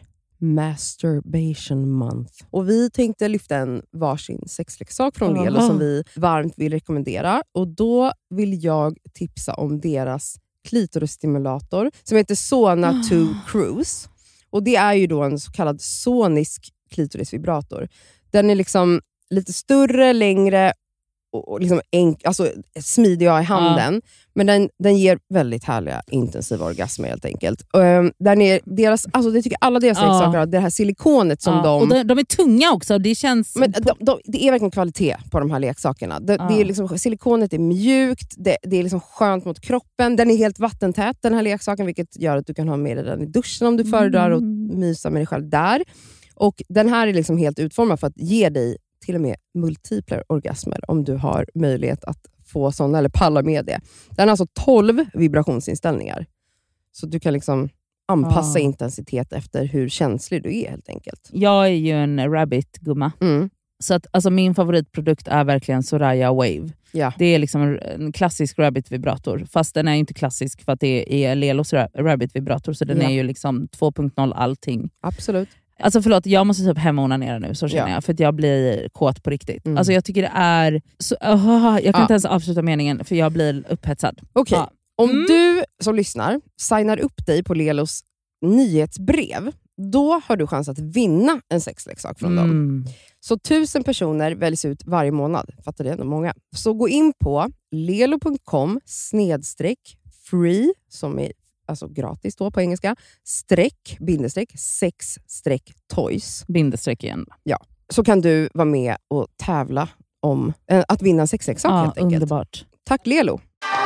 masturbation month. Och vi tänkte lyfta en varsin sexleksak från Oh. Lelo som vi varmt vill rekommendera. Och då vill jag tipsa om deras klitorisstimulator som heter Sona Oh. två Cruise. Och det är ju då en så kallad sonisk klitorisvibrator. Den är liksom lite större, längre och liksom enk, alltså smidig i handen. Ja. Men den, den ger väldigt härliga intensiva orgasmer helt enkelt. Um, den är deras, alltså det tycker alla deras Ja. leksaker har, det här silikonet som Ja, de... och de... De är tunga också, det känns... Men de, de, det är verkligen kvalitet på de här leksakerna. Det, Ja. det är liksom, silikonet är mjukt, det, det är liksom skönt mot kroppen. Den är helt vattentät den här leksaken, vilket gör att du kan ha med dig den i duschen om du föredrar och mysa med dig själv där. Och den här är liksom helt utformad för att ge dig till och med multipla orgasmer om du har möjlighet att få sådana eller palla med det. Den har alltså tolv vibrationsinställningar. Så du kan liksom anpassa Ah. intensitet efter hur känslig du är helt enkelt. Jag är ju en rabbit-gumma. Mm. Så att, alltså, min favoritprodukt är verkligen Soraya Wave. Ja. Det är liksom en, en klassisk rabbit-vibrator. Fast den är inte klassisk för att det är Lelos ra- rabbit-vibrator. Så den Ja. är ju liksom två punkt noll allting. Absolut. Alltså förlåt, jag måste typ hemonanera nu, så känner Ja. jag. För att jag blir kåt på riktigt. Mm. Alltså jag tycker det är... Så, oh, jag kan Ja. inte ens avsluta meningen för jag blir upphetsad. Okej, Ja. om Mm. du som lyssnar signar upp dig på Lelos nyhetsbrev, då har du chans att vinna en sexleksak från dem. Mm. Så tusen personer väljs ut varje månad. Fattar det? Ändå många. Så gå in på lelo punkt com snedstreck free, som är alltså gratis då på engelska, streck, bindestreck, sex streck toys. Bindestreck igen. Så kan du vara med och tävla om äh, att vinna en sexleksak Ja, helt enkelt. underbart. Tack Lelo!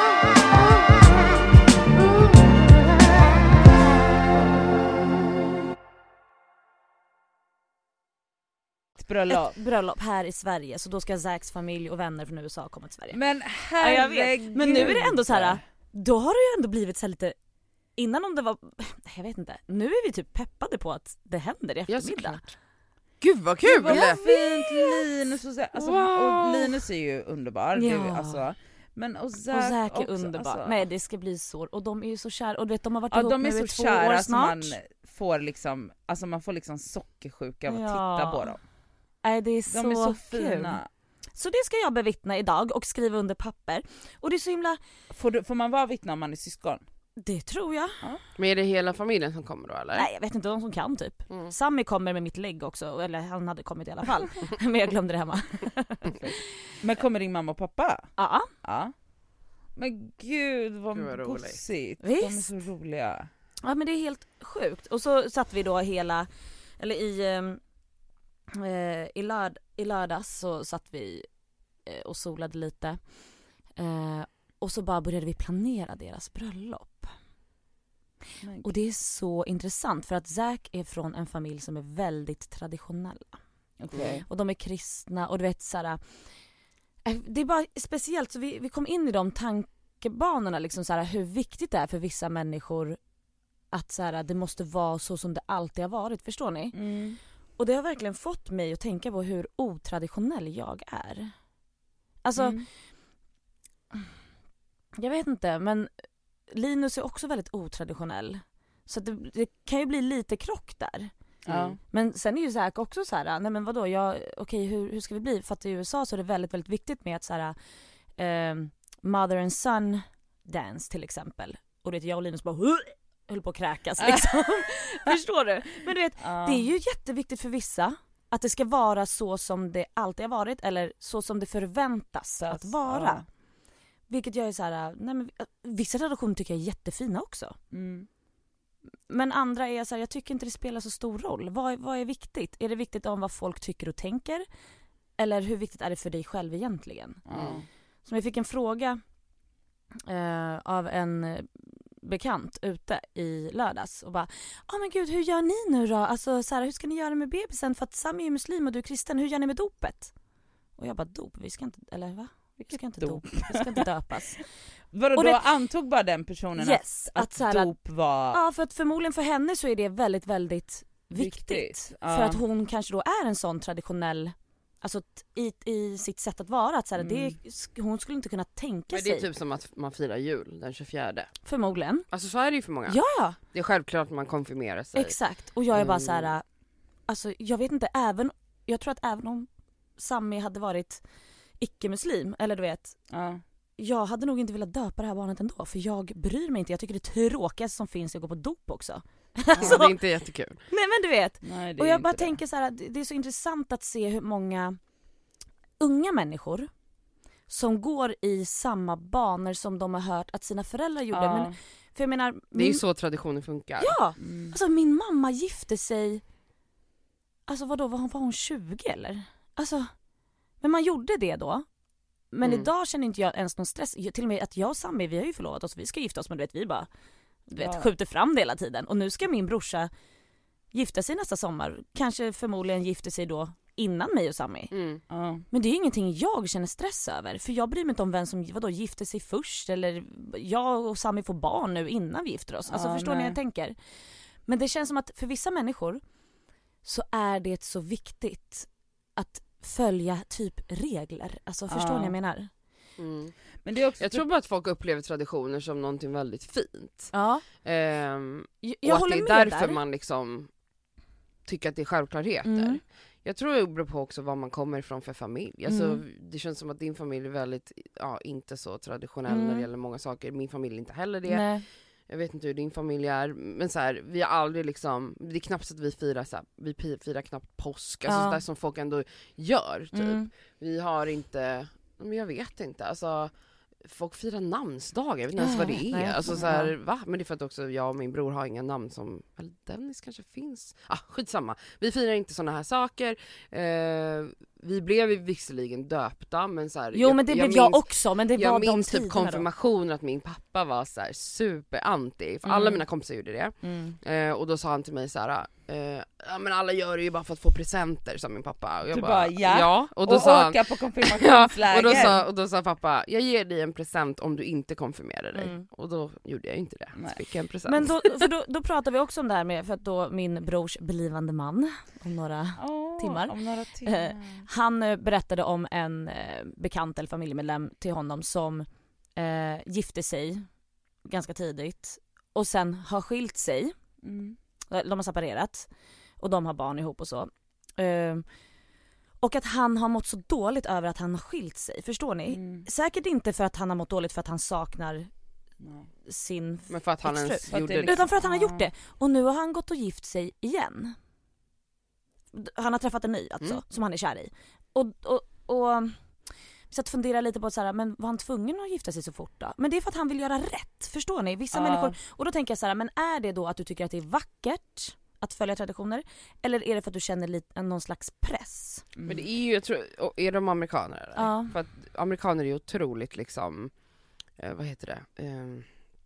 Bröllop. Ett bröllop här i Sverige, så då ska Zacks familj och vänner från U S A komma till Sverige. Men Ja, jag herregud. vet. Men nu är det ändå så här. då har det ju ändå blivit så här lite, innan om det var, jag vet inte, nu är vi typ peppade på att det händer i eftermiddag. Ja, gud vad kul! Gud, vad fint Linus och Zack, alltså, wow. och Linus är ju underbar, Ja. det, alltså. Men och Zack, Och Zack är också, underbar. alltså. Nej, det ska bli så, och de är ju så kära, och du vet de har varit Ja, ihop de är nu i så två kära år som snart. man får liksom, alltså man får liksom sockersjuka av att Ja. titta på dem. Nej, det är så, De är så kul. fina. Så det ska jag bevittna idag och skriva under papper. Och det är så himla, Får, du, får man vara vittna om man är syskon? det tror jag. Men är det hela familjen som kommer då eller? Nej, jag vet inte, de som kan typ. Mm. Sammy kommer med mitt lägg också, eller han hade kommit i alla fall. Men jag glömde det hemma. Men kommer din mamma och pappa? Ja, Ja. Men gud vad, Gud, vad roligt. gosigt. Visst. De är så roliga. ja, men det är helt sjukt. Och så satt vi då hela, eller i, eh, i, lörd, i lördags så satt vi eh, och solade lite. Eh, och så bara började vi planera deras bröllop. Men, Och det är så intressant för att Zack är från en familj som är väldigt traditionella. okay. Och de är kristna och du vet såhär, det är bara speciellt, så vi, vi kom in i de tankebanorna liksom såhär, hur viktigt det är för vissa människor att såhär, det måste vara så som det alltid har varit, förstår ni? Mm. Och det har verkligen fått mig att tänka på hur otraditionell jag är. Alltså, Mm. jag vet inte, men Linus är också väldigt otraditionell. Så att det, det kan ju bli lite krock där. Ja. Men sen är ju Zack också så här, nej men vadå, jag, okej hur, hur ska vi bli? För att i U S A så är det väldigt, väldigt viktigt med att så här, eh, mother and son dance till exempel. Och det är jag och Linus bara höll på att kräkas liksom. Förstår du? Men du vet, Ja. det är ju jätteviktigt för vissa att det ska vara så som det alltid har varit eller så som det förväntas att vara. Ja. Vilket jag är så här, nej men vissa relationer tycker jag är jättefina också. Mm. Men andra är så här, jag tycker inte det spelar så stor roll. Vad, vad är viktigt? Är det viktigt om vad folk tycker och tänker? Eller hur viktigt är det för dig själv egentligen? Ja. Så jag fick en fråga eh, av en bekant ute i lördags och bara, ja oh, men gud, hur gör ni nu då? Alltså så här, hur ska ni göra med bebisen? För att Sami är muslim och du är kristen, hur gör ni med dopet? Och jag bara, dop? Vi ska inte, eller va? Vi ska inte Dop. dop. Vi ska inte döpas. Vadå, Och då det- antog bara den personen Yes, att, att, att så här, dop var Ja, för att förmodligen för henne så är det väldigt, väldigt viktigt. Viktigt, ja. För att hon kanske då är en sån traditionell, alltså t- i, i sitt sätt att vara. Att så här, Mm. det, sk- hon skulle inte kunna tänka Men det är sig. typ som att man firar jul den tjugofjärde. Förmodligen. Alltså så är det ju för många. Ja, Det är självklart att man konfirmerar sig. exakt. Och jag är bara Mm. så här, alltså jag vet inte, även, jag tror att även om Sami hade varit icke-muslim, eller du vet, ja. jag hade nog inte velat döpa det här barnet ändå. För jag bryr mig inte, jag tycker det tråkigaste som finns är att gå på dop också. Alltså, det är inte jättekul. Nej men du vet. Nej, det Och är jag bara inte det. tänker så här, det det är så intressant att se hur många unga människor som går i samma banor som de har hört att sina föräldrar gjorde. Ja. Men, för jag menar, Det är ju min, så traditioner funkar. ja, Mm. alltså min mamma gifte sig, alltså vadå, var hon, var hon tjugo eller? Alltså, men man gjorde det då. Men Mm. idag känner inte jag ens någon stress. Jag- Till och med att jag och Sami, vi har ju förlovat oss, vi ska gifta oss, men du vet, vi bara du vet, Ja. skjuter fram det hela tiden. Och nu ska min brorsa gifta sig nästa sommar. Kanske förmodligen gifter sig då innan mig och Sami. Mm. Ja. Men det är ingenting jag känner stress över. För jag bryr mig inte om vem som vadå, gifter sig först. Eller jag och Sami får barn nu innan vi gifter oss. Alltså Ja, förstår ni nej. vad jag tänker? Men det känns som att för vissa människor så är det så viktigt att följa typ regler. Alltså förstår Ja. ni vad jag menar? Mm. Men det är också Jag tror bara att folk upplever traditioner som någonting väldigt fint. Ja, Ehm, jag, och jag att håller det är med därför där. man liksom tycker att det är självklarheter. Mm. Jag tror det beror på också vad man kommer ifrån för familj. Alltså, Mm. det känns som att din familj är väldigt, ja, inte så traditionell Mm. när det gäller många saker. Min familj är inte heller det. Nej. Jag vet inte hur din familj är, men så här, vi har aldrig liksom, det är knappt så att vi firar så här, vi pi- firar knappt påsk, alltså Ja. sådär som folk ändå gör typ. Mm. Vi har inte, men jag vet inte, alltså folk firar namnsdagar, jag vet inte ens vad det är. Nej, Alltså ja. så här, va? Men det är för att också jag och min bror har inga namn som, eller Dennis kanske finns. Ah, skitsamma. Vi firar inte såna här saker. Eh, vi blev ju visserligen döpta, men så här, Jo men det blev jag minns- också, men det var jag de minns typ tiderna då. konfirmationer att min pappa var så här super anti, för Mm. alla mina kompisar gjorde det. Mm. Eh, och då sa han till mig så här: eh, ja men alla gör det ju bara för att få presenter, sa min pappa. Och jag Du bara, bara, ja. ja. Och då Och sa åka han, på ja, konfirmationsläger. och, då sa, och då sa pappa, jag ger dig en present om du inte konfirmerar dig. Mm. Och då gjorde jag inte det. Nej. Så fick jag en present. Men då, för då, då pratar vi också om det här med, för att då min brors blivande man om några Åh, timmar. Om några timmar. Eh, Han eh, berättade om en eh, bekant eller familjemedlem till honom som eh, gifte sig ganska tidigt och sen har skilt sig. Mm. De har separerat och de har barn ihop och så. Eh, och att han har mått så dåligt över att han har skilt sig, förstår ni? Mm. Säkert inte för att han har mått dåligt för att han saknar Nej. sin Men för att han exfru. ens För att gjorde det det. liksom- Utan för att han har Ah. gjort det. Och nu har han gått och gift sig igen. Han har träffat en ny alltså, Mm. som han är kär i. Och, och, och så att fundera lite på så här, men var han tvungen att gifta sig så fort då? Men det är för att han vill göra rätt, förstår ni? Vissa Ja. människor, och då tänker jag så här, men är det då att du tycker att det är vackert att följa traditioner? Eller är det för att du känner lite, någon slags press? Mm. Men det är ju, jag tror, och är de amerikaner eller? Ja. För att amerikaner är ju otroligt liksom, eh, vad heter det? Eh,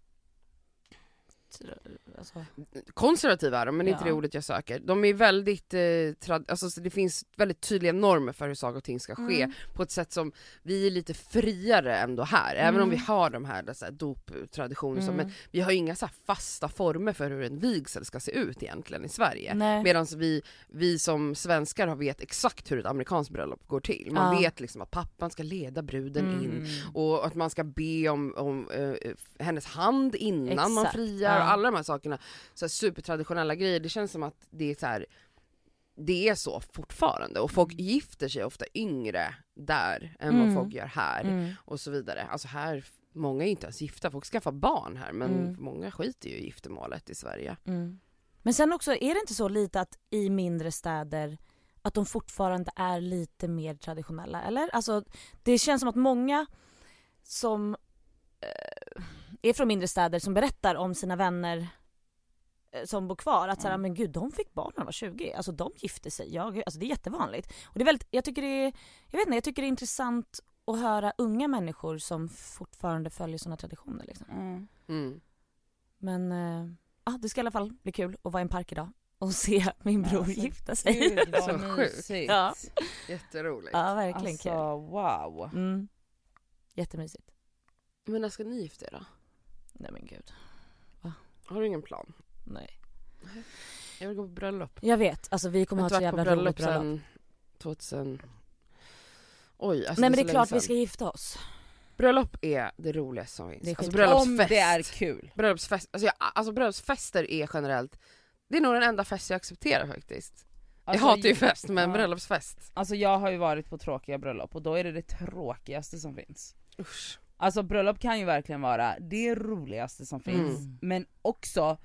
Alltså, konservativa är de, men Ja. inte det ordet jag söker. De är väldigt, eh, trad- alltså så det finns väldigt tydliga normer för hur saker och ting ska ske, Mm. på ett sätt som vi är lite friare ändå här, även Mm. om vi har de här, så här doptraditioner, så, mm. men vi har ju inga så här fasta former för hur en vigsel ska se ut egentligen i Sverige. Nej. Medan vi, vi som svenskar har vet exakt hur ett amerikanskt bröllop går till. Man Ja. vet liksom att pappan ska leda bruden Mm. in, och att man ska be om, om uh, hennes hand innan man Exakt, friar, ja. och alla de här sakerna, så här supertraditionella grejer. Det känns som att det är så här, det är så fortfarande, och folk Mm. gifter sig ofta yngre där än Mm. vad folk gör här, Mm. och så vidare. Alltså här, många är inte ens gifta, folk skaffar barn här, men Mm. många skiter ju i giftermålet i Sverige. Mm. Men sen också, är det inte så lite att i mindre städer att de fortfarande är lite mer traditionella, eller? Alltså, det känns som att många som eh, är från mindre städer som berättar om sina vänner eh, som bor kvar, att såhär, Mm. men gud, de fick barn när de var tjugo, alltså de gifte sig, jag, alltså det är jättevanligt. Och det är väldigt, jag tycker det är, jag vet inte, jag tycker det är intressant att höra unga människor som fortfarande följer såna traditioner liksom. Mm. Mm. Men eh, ja, det ska i alla fall bli kul att vara i en park idag och se min bror Alltså, gifta sig. Gud vad Så sjukt. mysigt. Ja. Jätteroligt. Ja, verkligen Alltså kul. wow. Mm. Jättemysigt. Men när ska ni gifta er då? Nej men gud. Har du ingen plan? Nej. Jag vill gå på bröllop. Jag vet, alltså vi kommer Jag ha har ett inte så varit på jävla roligt bröllop bröllop. sen tvåtusen... Oj, alltså Nej men det så är länge klart sedan. vi ska gifta oss. Bröllop är det roligaste som finns. Det är Alltså skitkul. bröllopsfest. Om det är kul. Bröllopsfest, alltså, jag, alltså bröllopsfester är generellt, det är nog den enda fest jag accepterar faktiskt. Alltså, jag hatar ju fest, men ja. bröllopsfest. Alltså jag har ju varit på tråkiga bröllop och då är det det tråkigaste som finns. Usch. Alltså bröllop kan ju verkligen vara det roligaste som finns, Mm. men också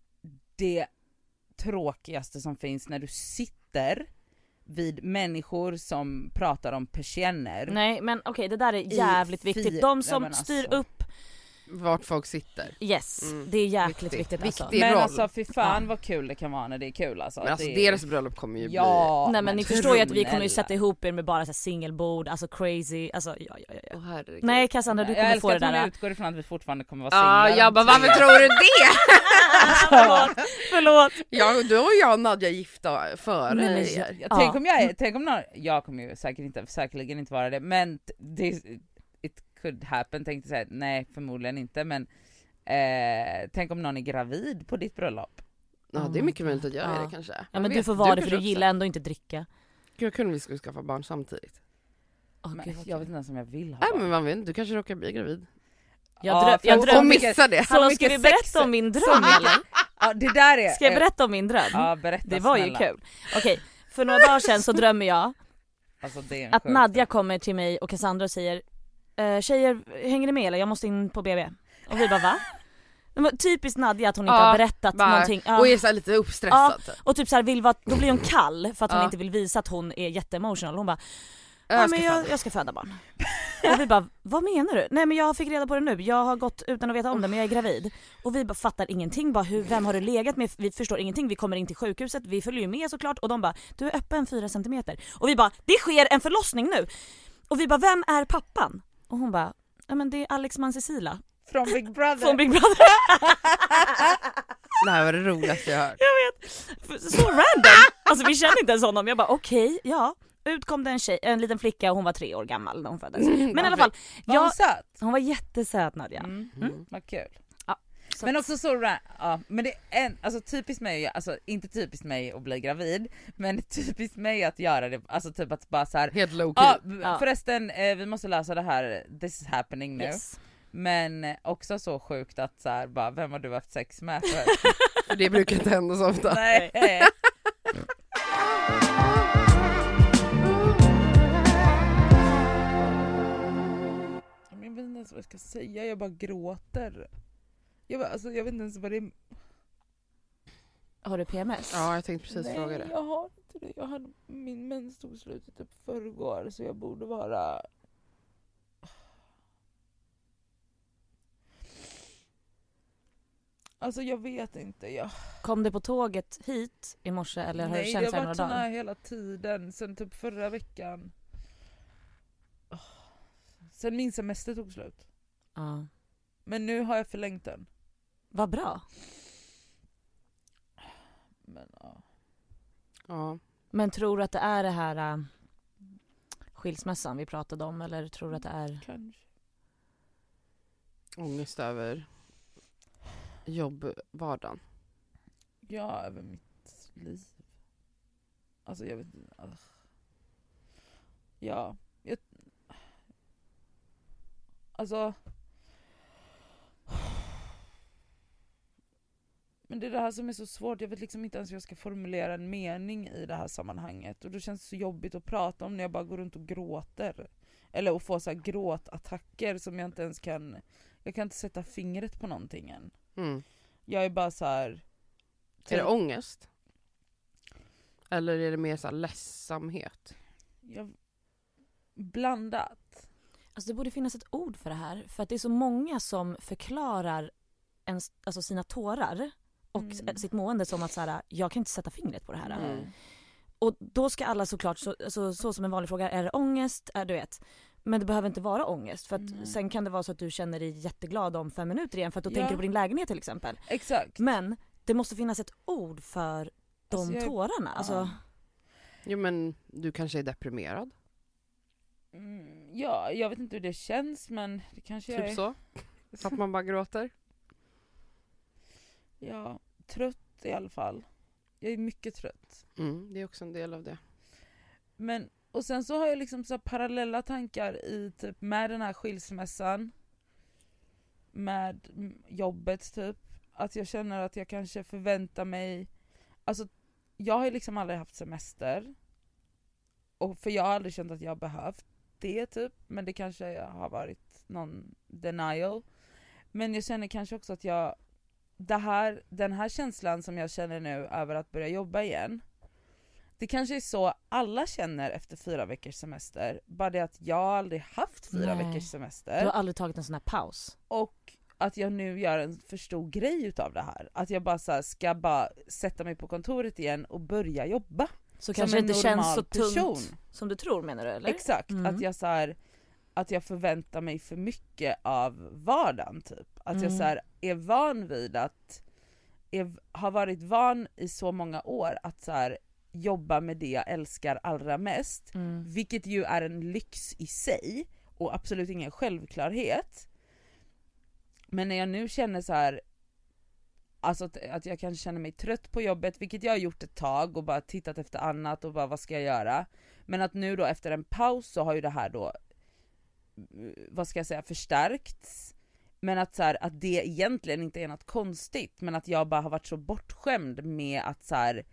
det tråkigaste som finns när du sitter vid människor som pratar om persienner. Nej men okej, det där är jävligt fi- viktigt. De som Nej, men styr alltså. upp, Vart folk sitter. yes, Mm. det är jäkligt Viktigt. viktigt alltså. Viktigt. Men roll. alltså fy fan Ja. vad kul det kan vara när det är kul alltså. Men alltså det är... deras bröllop kommer ju Ja, Nej men ni förstår ju att vi kommer ju snälla. sätta ihop er med bara så här singelbord, alltså crazy, alltså ja ja ja. bli... ja. Åh herregud. Nej Cassandra, du Jag kommer älskar få det att hon där. utgår ifrån att vi fortfarande kommer vara Ja, singlar. jag om bara tre varför år. tror du det? förlåt, förlåt. Ja, du och jag och Nadja är gifta före Nej, men er. Jag, Ja. tänk om jag är, tänk om någon, jag kommer ju säkert inte, säkerligen inte vara det, men t- det, it could happen, tänkte säga, nej förmodligen inte, men eh, tänk om någon är gravid på ditt bröllop. Ja, det är mycket möjligt att göra Ja. det kanske. Ja Jag men du vet, får vara det för kanske du gillar ändå inte dricka. Gud, jag kunde vi skulle skaffa barn samtidigt. Åh, Men gud, vad jag kul. vet inte ens om jag vill ha Nej barn. men man vet inte, du kanske råkar bli gravid. Jag, Ja, dröm, för- jag och drömmer Och mycket. missa det. Så Hallå, mycket ska vi sex- berätta om min dröm eller? Ja det där är... Ska jag berätta om min dröm? Ja berätta Det var ju snälla. kul. Okej, för några dagar sedan så drömmer jag Alltså, det är en att sjuk Nadja dröm. kommer till mig och Cassandra och säger eh, tjejer, hänger ni med eller? Jag måste in på B B. Och vi bara va? Det var typiskt Nadja att hon inte Ja, har berättat bara- någonting. Ja. Och är så här lite uppstressad. typ. Och typ så här vill vara, då blir hon kall för att hon Ja. inte vill visa att hon är jätteemotional. Hon bara Jag ja, ska men jag, föda. jag ska föda barn. Och vi bara, vad menar du? Nej men jag fick reda på det nu, jag har gått utan att veta om det men jag är gravid. Och vi bara fattar ingenting, bara, hur, vem har du legat med? Vi förstår ingenting, vi kommer in till sjukhuset, vi följer ju med såklart. Och de bara, du är öppen fyra centimeter. Och vi bara, det sker en förlossning nu. Och vi bara, vem är pappan? Och hon bara, ja men det är Alex man Cecilia Från Big Brother. från Big Brother. Det här var det roligaste jag hört. Så, så random. Alltså vi känner inte ens honom. Jag bara okej, okay, ja. Ut kom det en tjej, en liten flicka och hon var tre år gammal när hon föddes. Men i alla fall. Var jag, hon söt? Hon var jättesöt Nadja. Mm. Mm. Vad kul. Ja, men också så, ja, men det är en, alltså typiskt mig, alltså inte typiskt mig att bli gravid, men typiskt mig att göra det, alltså typ att bara så här. Helt low ja, ja. Förresten, eh, vi måste lösa det här, this is happening nu. Yes. Men också så sjukt att så här, bara, vem har du haft sex med? För det brukar inte hända så ofta. Nej. Jag vet inte ens vad jag ska säga, jag bara gråter. Jag, bara, alltså, jag vet inte ens vad det är. Har du P M S? Ja, jag tänkte precis Nej, fråga det. jag har inte det. Jag hade, min mens tog slut i typ förrgår, så jag borde vara... Alltså jag vet inte. Jag... Kom det på tåget hit i morse eller har du känt så här några dagar? Nej, det har varit sån här hela tiden, sen typ förra veckan. Sen min semester tog slut. Ja. Men nu har jag förlängt den. Vad bra. Men ja. Ja. Men tror du att det är det här uh, skilsmässan vi pratade om, eller tror du att det är... Kanske. Ångest över jobbvardagen. Ja, över mitt liv. Alltså jag vet inte. Uh. Ja. Jag... Alltså... Men det är det här som är så svårt. Jag vet liksom inte ens hur jag ska formulera en mening i det här sammanhanget. Och då känns det så jobbigt att prata om när jag bara går runt och gråter. Eller att få så här gråtattacker som jag inte ens kan... Jag kan inte sätta fingret på någonting än. Mm. Jag är bara så här... Är det ångest? Eller är det mer så här ledsamhet? Jag... Blandat. Alltså det borde finnas ett ord för det här. För att det är så många som förklarar en, alltså sina tårar och mm. sitt mående som att så här, jag kan inte sätta fingret på det här. Mm. Och då ska alla såklart, så, alltså, så som en vanlig fråga, är det ångest? Är, du vet. Men det behöver inte vara ångest. För att mm. sen kan det vara så att du känner dig jätteglad om fem minuter igen. För att då ja. tänker du på din lägenhet till exempel. Exakt. Men det måste finnas ett ord för de alltså jag, tårarna. Alltså... Ja. Jo, men du kanske är deprimerad? Mm, ja, jag vet inte hur det känns, men det kanske typ är... så? Så att man bara gråter? Ja, trött i alla fall. Jag är mycket trött. Mm, det är också en del av det. Men, och sen så har jag liksom så parallella tankar i typ med den här skilsmässan. Med jobbet typ. Att jag känner att jag kanske förväntar mig... Alltså, jag har ju liksom aldrig haft semester. Och för jag har aldrig känt att jag har behövt det typ. Men det kanske har varit någon denial. Men jag känner kanske också att jag... Det här, den här känslan som jag känner nu över att börja jobba igen. Det kanske är så alla känner efter fyra veckors semester. Bara det att jag aldrig haft fyra Nej. veckors semester. Du har aldrig tagit en sån här paus. Och att jag nu gör en för stor grej utav det här. Att jag bara så här, ska bara sätta mig på kontoret igen och börja jobba. Så kanske det inte känns så tungt person. Som du tror, menar du, eller? Exakt, mm. att jag så här, att jag förväntar mig för mycket av vardagen typ. Att mm. jag så här, är van vid att är, har varit van i så många år att så här, jobba med det jag älskar allra mest. Mm. Vilket ju är en lyx i sig och absolut ingen självklarhet. Men när jag nu känner så här, alltså att, att jag kanske känner mig trött på jobbet, vilket jag har gjort ett tag och bara tittat efter annat och bara vad ska jag göra? Men att nu då efter en paus så har ju det här då, vad ska jag säga, förstärkts. Men att så här, att det egentligen inte är något konstigt, men att jag bara har varit så bortskämd med att så här,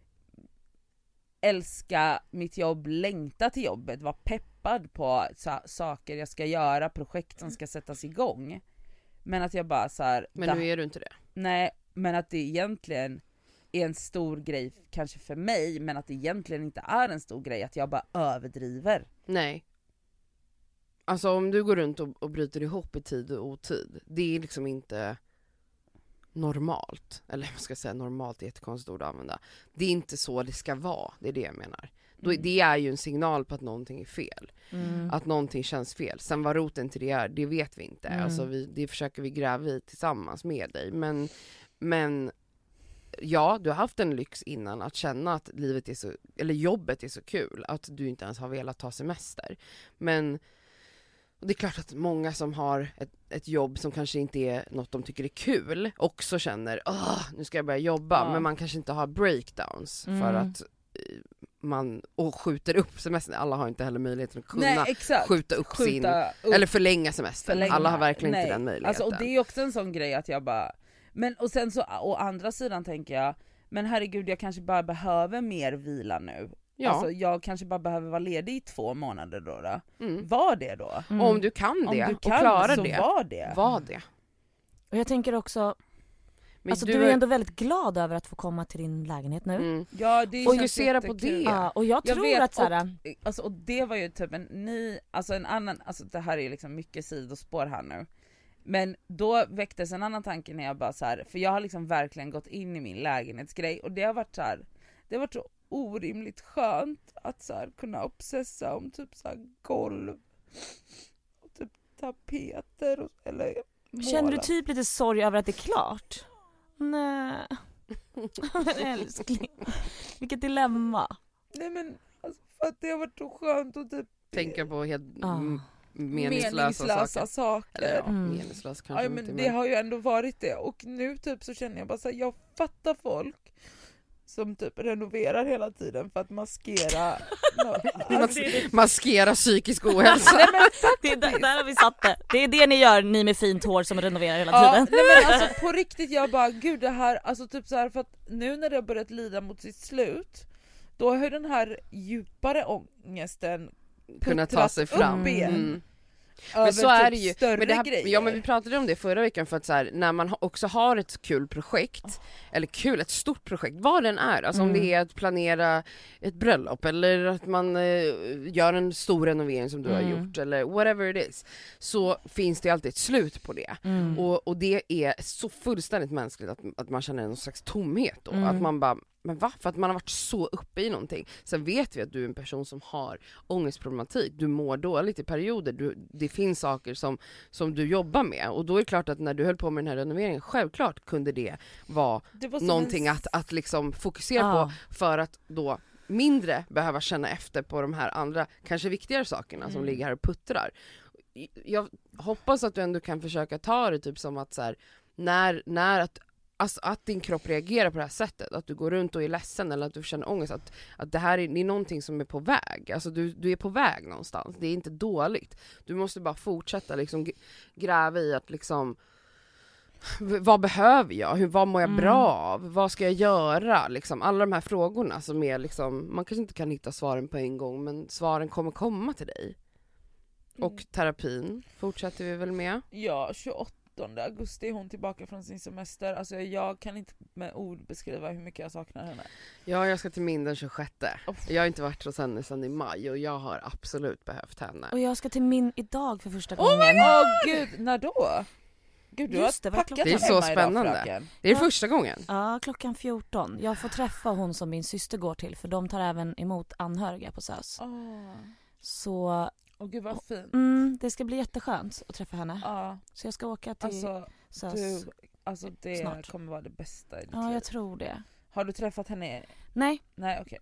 älska mitt jobb, längta till jobbet, vara peppad på sa- saker jag ska göra, projekt som ska sättas igång. Men att jag bara så här, men da- nu är du inte det. Nej, men att det egentligen är en stor grej kanske för mig, men att det egentligen inte är en stor grej, att jag bara överdriver. Nej. Alltså om du går runt och, och bryter ihop i tid och otid, det är liksom inte normalt. Eller vad ska jag säga, normalt är ett konstigt ord att använda. Det är inte så det ska vara, det är det jag menar. Då, det är ju en signal på att någonting är fel. Mm. Att någonting känns fel. Sen vad roten till det är, det vet vi inte. Mm. Alltså vi, det försöker vi gräva i tillsammans med dig. Men, men ja, du har haft en lyx innan att känna att livet är så, eller jobbet är så kul att du inte ens har velat ta semester. Men det är klart att många som har ett, ett jobb som kanske inte är något de tycker är kul också känner, åh, nu ska jag börja jobba, Ja. men man kanske inte har breakdowns Mm. för att eh, man och skjuter upp semestern. Alla har inte heller möjligheten att kunna Nej, exakt. skjuta upp sin, Skjuta upp. eller förlänga semestern. Förlänga. Alla har verkligen Nej. inte den möjligheten. Alltså, och det är också en sån grej att jag bara, men och sen så å andra sidan tänker jag, men herregud jag kanske bara behöver mer vila nu. Ja. Alltså jag kanske bara behöver vara ledig i två månader då. då. Mm. Var det då? Mm. Om du kan det Om du kan och klarar så det, var det. var det. Och jag tänker också, Men alltså du, är ändå väldigt glad över att få komma till din lägenhet nu. mm. Ja, det Fokusera känns på jättekul. det. Ja, och jag Jag tror vet, att såhär, och, alltså, och det var ju typ en ny, alltså en annan, alltså det här är ju liksom mycket sidospår här nu. Men då väcktes en annan tanke när jag bara så här, för jag har liksom verkligen gått in i min lägenhetsgrej och det har varit så här, det har varit så orimligt skönt att så här kunna obsessa om typ så här golv och typ tapeter och, eller måla. känner du typ lite sorg över att det är klart? Nej. Men älskling, vilket dilemma. Nej men alltså, för att det har varit så skönt och typ Tänka på helt Ah. m- meningslösa, meningslösa saker. saker. Eller ja, Mm. meningslösa kanske Ja, inte, men det har ju ändå varit det och nu typ så känner jag bara så här, jag fattar folk som typ renoverar hela tiden för att maskera no, alltså, Mas- maskera psykisk ohälsa. nej, men Det är där, där har vi satt det. Det är det ni gör, ni med fint hår som renoverar hela ja, tiden. nej, men alltså på riktigt jag bara gud det här, alltså typ så här för att nu när det har börjat lida mot sitt slut då har ju den här djupare ångesten Kunna ta puttrat sig fram. upp igen. Mm. över Men så typ är det ju. större Men det här, grejer. ja men vi pratade om det förra veckan för att så här, när man ha- också har ett kul projekt, Oh. eller kul, ett stort projekt, vad den är, alltså om Mm. det är att planera ett bröllop eller att man eh, gör en stor renovering som du har Mm. gjort eller whatever it is, så finns det alltid ett slut på det. Mm. Och, och det är så fullständigt mänskligt att, att man känner någon slags tomhet då, Mm. att man bara, men va? För att man har varit så uppe i någonting. Sen vet vi att du är en person som har ångestproblematik, du mår dåligt i perioder, du, det finns saker som, som du jobbar med, och då är det klart att när du höll på med den här renoveringen, självklart kunde det vara det var som någonting en... att, att liksom fokusera Ja. på, för att då mindre behöva känna efter på de här andra, kanske viktigare sakerna som Mm. ligger här och puttrar. Jag hoppas att du ändå kan försöka ta det typ som att så här, när, när att, alltså att din kropp reagerar på det här sättet, att du går runt och är ledsen eller att du känner ångest, att, att det här är, det är någonting som är på väg, alltså du, du är på väg någonstans, det är inte dåligt, du måste bara fortsätta liksom g- gräva i att liksom v- vad behöver jag, hur, vad mår jag Mm. bra av, vad ska jag göra, liksom alla de här frågorna som är liksom, man kanske inte kan hitta svaren på en gång, men svaren kommer komma till dig. Och terapin fortsätter vi väl med. Ja, tjugoåttonde augusti är hon tillbaka från sin semester. Alltså jag kan inte med ord beskriva hur mycket jag saknar henne. Ja, jag ska till min den tjugosjätte. Oh. Jag har inte varit hos henne sedan i maj och jag har absolut behövt henne. Och jag ska till min idag för första Oh gången. my god! Åh gud, när då? Gud, du Just det, har vad är packat klockan? Det är så hemma idag, spännande. fröken. Det är Ja. första gången. Ja, klockan fjorton. Jag får träffa hon som min syster går till, för de tar även emot anhöriga på SÖS. Åh, Så Åh, gud vad fint. mm, det ska bli jätteskönt att träffa henne. Ja, Så jag ska åka till alltså, SÖS. du, alltså det snart. kommer vara det bästa i ditt Ja, liv. jag tror det. Har du träffat henne? Nej, Nej, okej.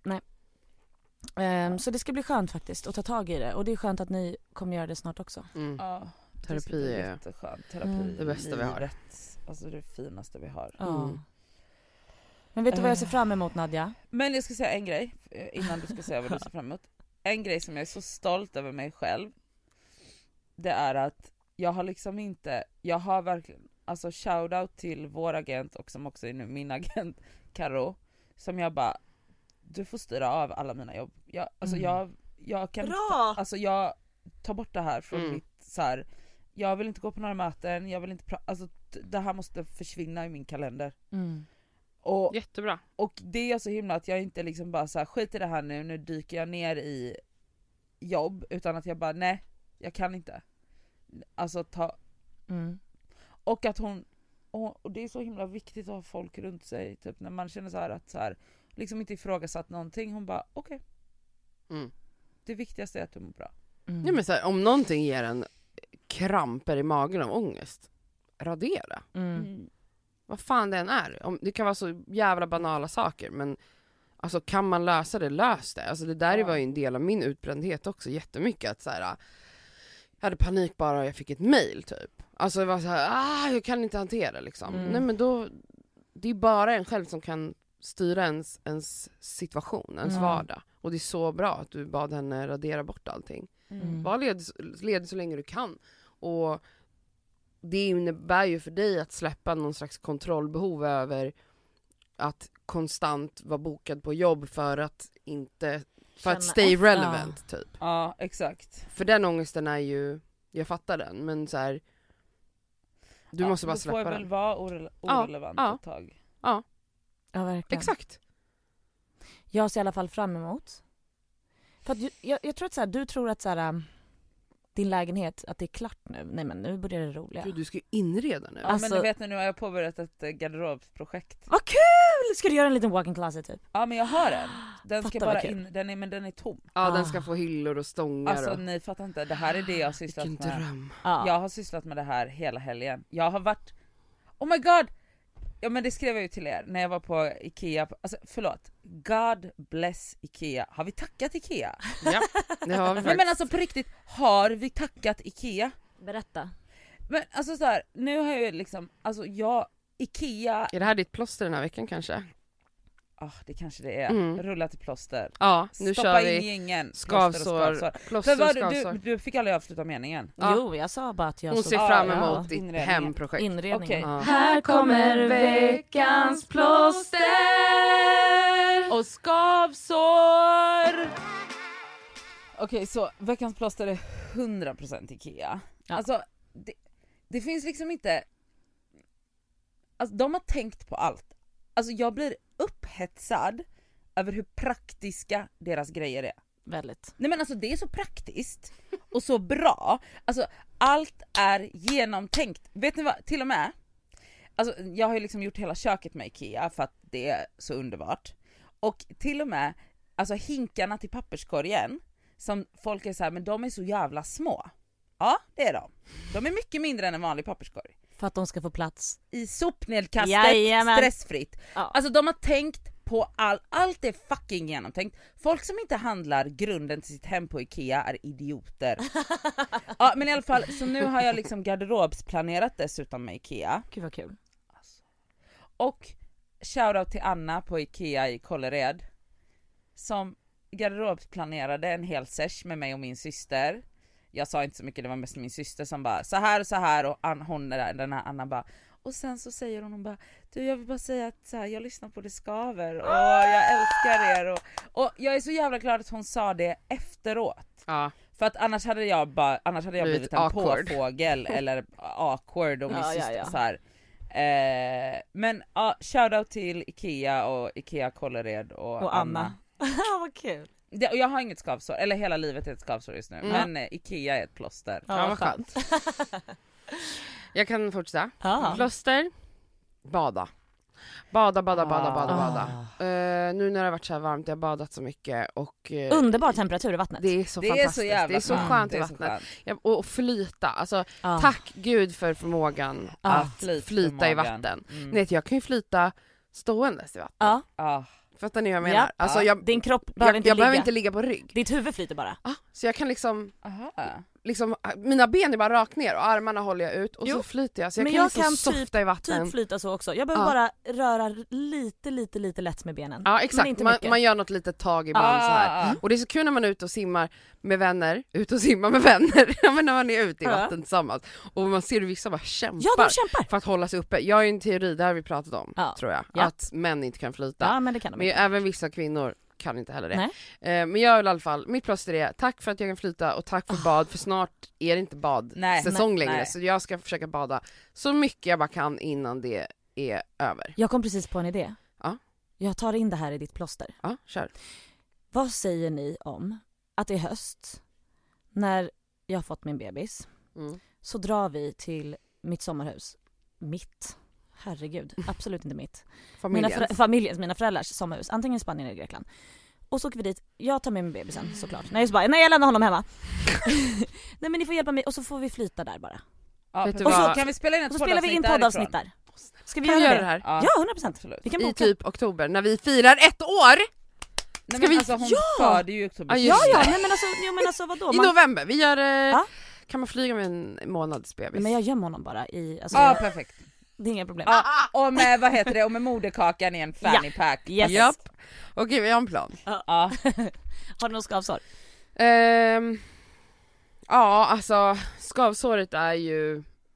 ehm, så det ska bli skönt faktiskt att ta tag i det. Och det är skönt att ni kommer göra det snart också. Mm. Ja, det Terapi ska bli är- jätteskönt. Terapi Mm. är Det bästa vi har. livet. Alltså det finaste vi har. Ja. Mm. Men vet du vad jag ser Eh. fram emot, Nadja? Men jag ska säga en grej eh, innan du ska säga vad du ser fram emot. En grej som jag är så stolt över mig själv, det är att jag har liksom inte, jag har verkligen, alltså shoutout till vår agent och som också är nu min agent Karo, som jag bara, du får styra av alla mina jobb. Jag, alltså Mm. jag, jag kan Bra! inte, alltså jag tar bort det här från Mm. mitt så här. Jag vill inte gå på några möten, jag vill inte pra- alltså t- det här måste försvinna i min kalender. Mm. Och Jättebra. och det är så himla att jag inte liksom bara så här, skit i det här nu, nu dyker jag ner i jobb, utan att jag bara nej, jag kan inte. Alltså ta, Mm. och att hon, och, och det är så himla viktigt att ha folk runt sig, typ när man känner så här att så här, liksom inte ifrågasatt någonting, hon bara okej, Mm. det viktigaste är att du mår bra. Mm. Ja, men så här, om någonting ger en kramper i magen av ångest, radera. Mm. Mm. Vad fan det än är. Om, det kan vara så jävla banala saker, men alltså kan man lösa det, lös det. Alltså det där Ja. var ju en del av min utbrändhet också, jättemycket. Att så här, jag hade panik bara och jag fick ett mail typ. Alltså det var så här, ah, jag kan inte hantera liksom. Mm. Nej men då, det är bara en själv som kan styra ens, ens situation, ens Mm. vardag. Och det är så bra att du bad henne radera bort allting. Mm. Var ledig, ledig så länge du kan. Och det innebär ju för dig att släppa någon slags kontrollbehov över att konstant vara bokad på jobb för att inte för att Känna stay efter. relevant typ. Ja, exakt. För den ångesten är ju, jag fattar den, men så här, du Ja, måste bara du släppa får väl den. vara orele- Ja, orelevant ja. ett tag. Ja, verkligen. Exakt. Jag ser i alla fall fram emot. För att ju- jag, jag tror att så här, du tror att så här, um, din lägenhet, att det är klart nu. Nej men nu börjar det roliga. Gud, du ska ju inreda nu. Ja, Alltså- men du vet nu, nu har jag påbörjat ett eh, garderobsprojekt. Vad kul! Ska du göra en liten walk-in closet typ? Ja men jag har den. Den ska Fattar vad bara kul. in, den är, men den är tom. Ja, Ah. den ska få hyllor och stångar. Alltså och... ni fattar inte, det här är det jag har sysslat Vilken med. dröm. Ja. Jag har sysslat med det här hela helgen. Jag har varit, oh my god! Ja men det skrev jag ju till er när jag var på Ikea. Alltså förlåt, God bless Ikea. Har vi tackat Ikea? Ja, det har vi Nej faktiskt. men alltså på riktigt, har vi tackat Ikea? Berätta. Men alltså så här, nu har jag ju liksom, alltså jag, Ikea, Är det här ditt plåster den här veckan kanske? ah det kanske det är, Mm. rulla till plåster. Ja, nu Stoppa kör in vi gängen. skavsår, plåster För och vad, skavsår. du, du fick aldrig avsluta meningen. Ja. Jo, jag sa bara att jag Hon såg ser Ja, fram ja. emot ditt Inredningen. hemprojekt. inredningen. Okej. Ja. Här kommer veckans plåster. Och skavsår! Okej, så veckans plåster är hundra procent Ikea. Ja. Alltså, det, det finns liksom inte... Alltså, de har tänkt på allt. Alltså, jag blir upphetsad över hur praktiska deras grejer är. Väldigt. Nej men alltså det är så praktiskt och så bra. Alltså allt är genomtänkt. Vet ni vad, till och med, alltså jag har ju liksom gjort hela köket med Ikea för att det är så underbart. Och till och med, alltså hinkarna till papperskorgen, som folk är så här, men de är så jävla små. Ja, det är de. De är mycket mindre än en vanlig papperskorg. För att de ska få plats. I sopnedkastet, Jajamän. stressfritt. Ja. Alltså de har tänkt på all, allt är fucking genomtänkt. Folk som inte handlar grunden till sitt hem på Ikea är idioter. Ja men i alla fall, så nu har jag liksom garderobsplanerat dessutom med Ikea. Gud vad kul. Och shoutout till Anna på Ikea i Kållered, som garderobsplanerade en hel sesh med mig och min syster. Jag sa inte så mycket, det var mest min syster som bara så här och så här, och Ann, hon den här Anna bara, och sen så säger hon, hon bara, du jag vill bara säga att så här, jag lyssnar på Det Skaver och jag älskar er, och, och jag är så jävla glad att hon sa det efteråt. Ja. För att annars hade jag bara, annars hade jag Blivit blivit en awkward. påfågel eller awkward och min Ja, ja, syster ja. så här. Eh, men ja, shoutout till Ikea och Ikea Kållered och, Och Anna. Vad kul. Det, och jag har inget skavsår, eller hela livet är ett skavsår just nu, Mm. men eh, Ikea är ett plåster. Ja, vad skönt. Jag kan fortsätta. Ja. Plåster. Bada. Bada, bada, bada, bada, Ah. bada. Eh, nu när det har varit så här varmt, jag har badat så mycket och eh, Underbar temperatur i vattnet. det är så Det är fantastiskt. så jävla det är så skönt. skönt Det i är så vattnet. skönt. Ja, och, och flyta, alltså Ja. tack gud för förmågan Ja, att flyt flyta i förmågan. vatten. Mm. Ni vet, jag kan ju flyta ståendes i vatten. Ja. Ah. Fattar ni vad jag menar? Ja. Alltså Ja. jag, Din kropp behöver jag, inte jag ligga. behöver inte ligga på rygg. Ditt huvud flyter bara. Ah, så jag kan liksom, Aha. liksom, mina ben är bara rakt ner och armarna håller jag ut och Jo. så flyter jag. Så jag Men kan jag liksom kan softa i vatten. Typ flyta så också. Jag behöver Ja. bara röra lite, lite, lite lätt med benen. Ja Men exakt, inte man, mycket. man gör något litet tag ibland Ah, så här. ah, ah. Och det är så kul när man är ute och simmar med vänner, ute och simmar med vänner, ja, men när man är ute i Ja. vatten tillsammans och man ser hur vissa bara kämpar Ja, de kämpar. för att hålla sig uppe. Jag har ju en teori, det har vi pratat om, Ja. tror jag, Ja. att män inte kan flyta. Ja, men det kan de Men inte. även vissa kvinnor kan inte heller det. Nej. Eh, men jag vill i alla fall, mitt plåster är tack för att jag kan flyta och tack för bad, för snart är det inte Nej, badsäsong nej, längre, nej. så jag ska försöka bada så mycket jag bara kan innan det är över. Jag kom precis på en idé. Ja. Jag tar in det här i ditt plåster. Ja, kör. Vad säger ni om att det är höst, när jag har fått min bebis, Mm. så drar vi till mitt sommarhus. Mitt? Herregud, absolut inte mitt. Mina Familjens. förä- familjens, mina föräldrars sommarhus, antingen i Spanien eller Grekland. Och så åker vi dit, jag tar med mig bebisen såklart. Nej, just bara, nej jag lämnar honom hemma. Nej men ni får hjälpa mig och så får vi flyta där bara. Ja, Vet du och så vad? kan vi spela in ett Och så spelar vi in poddavsnitt poddavsnitt därifrån. där. Ska vi Kan göra vi det? göra det här? Ja, Ja, hundra procent. absolut. Vi kan I boka. typ oktober, när vi firar ett år! Nej, Ska men vi- alltså hon Ja! föder ju i oktober. Ja, Ja, just ja, det. nej men alltså, jo, men alltså vadå? I Man, november, vi gör... Eh, Ja. Kan man flyga med en månads bebis? nej, men jag gömmer honom bara i, alltså, Ja, det, perfekt. det är inga problem. Ja, och med, vad heter det, och med moderkakan i en fanny pack. Yes. Japp. Okej, vi har en plan. Ja. Har du något skavsår? Ehm, ja, alltså skavsåret är ju...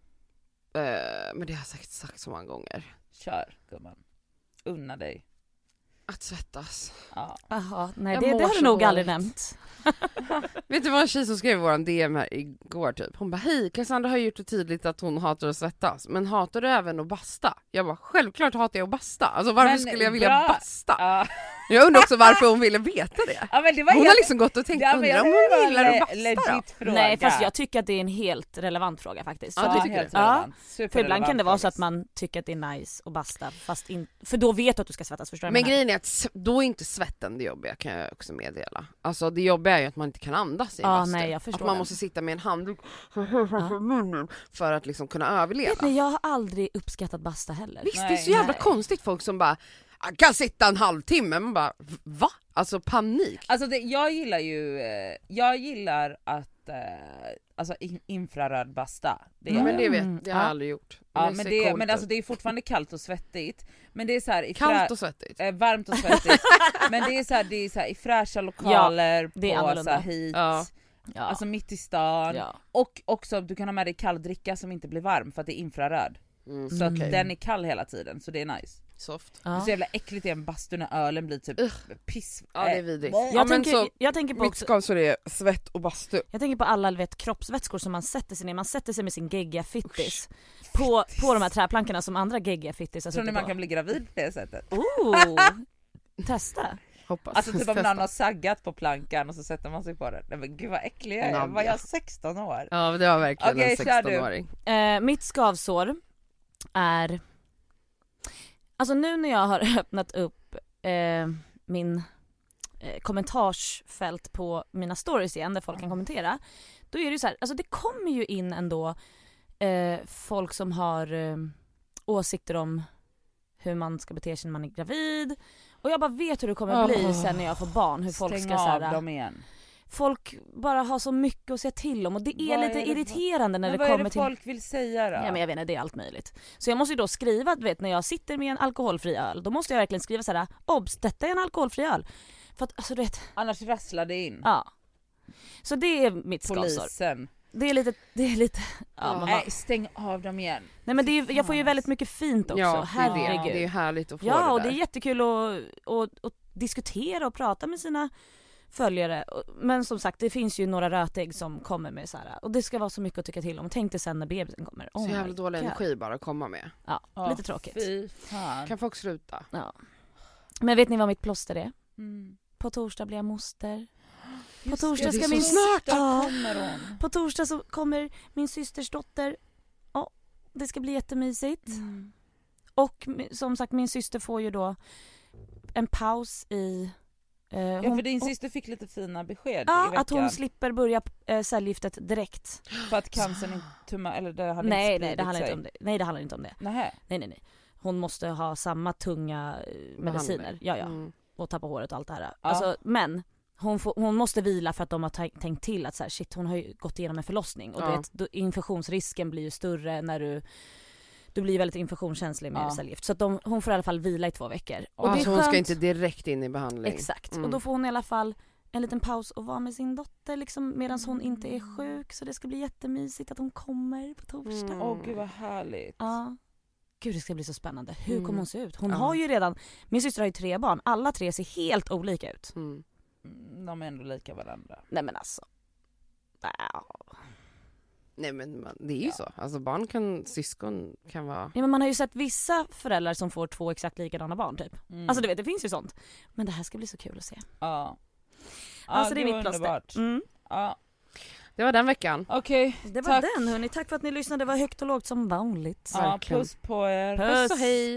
eh, men det har jag säkert sagt så många gånger. Kör gumman. Unna dig. Att svettas. Ja. Jaha, nej Jag det, mår det har du så nog aldrig dåligt. nämnt. Vet du vad en tjej som skrev i våran D M här igår typ? Hon bara, hej, Cassandra har gjort det tydligt att hon hatar att svettas, men hatar du även att basta? Jag bara, självklart hatar jag att basta. Alltså varför Men skulle jag vilja bra. basta? Ja. Jag undrar också varför hon ville veta det. Ja, men det var Hon har helt- liksom gått och tänkt, Ja, men undrar jag om tycker det hon var gillar att le- basta då? legit fråga. Nej fast jag tycker att det är en helt relevant fråga faktiskt. Ja, För, det att, tycker helt jag. relevant. för ibland kan det vara så att Superrelevant man tycker att det är nice att basta fast in, för då vet du att du ska svettas, förstår du vad Men jag menar? grejen är att s- då är inte svetten det jobbiga, kan jag också meddela. Alltså det jobbiga är ju att man inte kan andas i en Ja, bastu. nej, jag förstår Att man det. måste sitta med en handduk framför munnen för att liksom kunna överleva. Vet ni, jag har aldrig uppskattat basta heller. Visst, Nej, det är så jävla nej. konstigt folk som bara, jag kan sitta en halvtimme, man bara, va? Alltså panik. Alltså det, jag gillar ju, eh, jag gillar att eh, alltså in, infraröd basta. Det Ja, gör men jag. det Mm, vet det har jag ja. aldrig gjort. Ja, det men, ser det, coolt men alltså ut. det är fortfarande kallt och svettigt. Men det är så här i Kallt frä, och svettigt. eh, varmt och svettigt. Men det är så här, det är så här i fräscha lokaler det är på så annorlunda. här hit, Ja. Ja. alltså mitt i stan. ja. Och också du kan ha med dig kall dricka som inte blir varm för att det är infraröd. Mm. Så att okej. den är kall hela tiden, så det är nice. Soft. Det är Ja. så jävla äckligt i en bastu när ölen blir typ Ugh. piss. Ja, det är eh, vidrigt. bleh. Ja, Jag, men tänker, så- jag tänker på Mitt också, skavsår är svett och bastu. jag tänker på alla vet, kroppsvätskor som man sätter sig ner, man sätter sig med sin geggiga fittis på, på de här träplankorna som andra geggiga fittis har Tror ni suttit man på. kan bli gravid på det sättet? Oh, testa. Hoppas. Alltså typ om Testa. någon har saggat på plankan och så sätter man sig på den. Nej men gud vad äcklig jag är, Nadia. var jag sexton år? Ja, det var verkligen Okej, en kör du. sexton-åring. Eh, mitt skavsår är, alltså nu när jag har öppnat upp eh, min eh, kommentarsfält på mina stories igen där folk kan kommentera, då är det ju så här, alltså det kommer ju in ändå eh, folk som har eh, åsikter om hur man ska bete sig när man är gravid, och jag bara vet hur det kommer bli Oh. sen när jag får barn, hur folk Stäng ska så av här, dem igen. folk bara har så mycket att säga till om och det är Vad lite är det- irriterande när Men det vad är kommer det till folk vill säga då? Ja men jag vet inte, det är allt möjligt. Så jag måste ju då skriva, du vet när jag sitter med en alkoholfri öl, då måste jag verkligen skriva såhär, obs, detta är en alkoholfri öl. För att alltså du vet, Annars rasslar det in. ja. Så det är mitt skavsår. Polisen. Det är lite, det är lite, ja, Ja. man bara, Nej, stäng av dem igen. nej men det är, jag får ju väldigt mycket fint också, Ja, det är det. herregud. Det är härligt att få Ja, det och där. det är jättekul att, att, att diskutera och prata med sina följare. Men som sagt, det finns ju några rötägg som kommer med så här, och det ska vara så mycket att tycka till om. Tänk dig sen när bebisen kommer. Oh Så my jävla dålig God. energi bara att komma med. Ja, Åh, lite tråkigt. Fy fan. Kan folk sluta? Ja. Men vet ni vad mitt plåster är? Mm. På torsdag blir jag moster. På Just torsdag det, det är ska så min snart. Där Ja. kommer hon. På torsdag så kommer min systers dotter. Ja, det ska bli jättemysigt. Mm. Och m- som sagt, min syster får ju då en paus i... Eh, Ja hon, för din hon- syster fick lite fina besked i Ja, veckan. att hon slipper börja eh, cellgiftet direkt. För att cancern inte, tumör, eller det hade Nej, inte nej, det spridit handlar sig. inte om det. Nej, det handlar inte om det. Nähä. Nej, nej, nej. Hon måste ha samma tunga eh, mediciner. Ja, ja. Mm. Och tappa håret och allt det här. Ja. Alltså, men hon, får, hon måste vila för att de har tänkt- tänkt till att så här, shit, hon har ju gått igenom en förlossning. Och Ja. du vet, då, infektionsrisken blir ju större när du du blir väldigt infektionskänslig med Ja. cellgift. Så att de, hon får i alla fall vila i två veckor. Och Alltså det är hon ska skönt. inte direkt in i behandling. Exakt. Mm. Och då får hon i alla fall en liten paus och vara med sin dotter liksom, medan hon inte är Mm. sjuk. Så det ska bli jättemysigt att hon kommer på torsdag. Mm. Åh gud vad härligt. Ja. Gud, det ska bli så spännande. Hur Mm. kommer hon se ut? Hon Ja. har ju redan, min syster har ju tre barn. Alla tre ser helt olika ut. Mm. Mm, De är ändå lika varandra. Nej men alltså. Ja. Nej men man, det är ju Ja. så. Alltså barn kan, syskon kan vara... Ja, men man har ju sett vissa föräldrar som får två exakt likadana barn typ. Mm. Alltså du vet, det finns ju sånt. Men det här ska bli så kul att se. Ja. Alltså det är gud, mitt vad plåster. underbart. Mm. Ja. Det var den veckan. Okej, Det var Tack. den hörni. Tack för att ni lyssnade. Det var högt och lågt som vanligt. ja, Verkligen. puss på er. Puss. Puss och hej!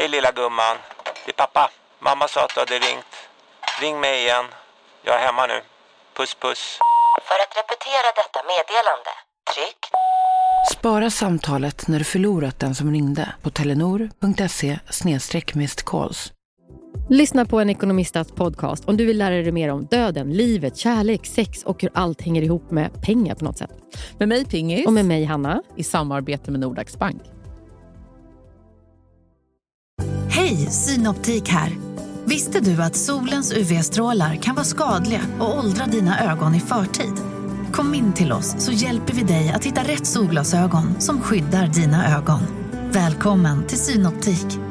Hej lilla gumman. Det är pappa. Mamma sa att du hade ringt. Ring mig igen. Jag är hemma nu. Puss puss. För att repetera detta meddelande, tryck. Spara samtalet när du förlorat den som ringde på telenor punkt se slash missed calls. Lyssna på en ekonomistats podcast om du vill lära dig mer om döden, livet, kärlek, sex och hur allt hänger ihop med pengar på något sätt. Med mig Pingis. Och med mig Hanna. I samarbete med Nordax Bank. Hej, Synoptik här. Visste du att solens U V-strålar kan vara skadliga och åldra dina ögon i förtid? Kom in till oss så hjälper vi dig att hitta rätt solglasögon som skyddar dina ögon. Välkommen till Synoptik.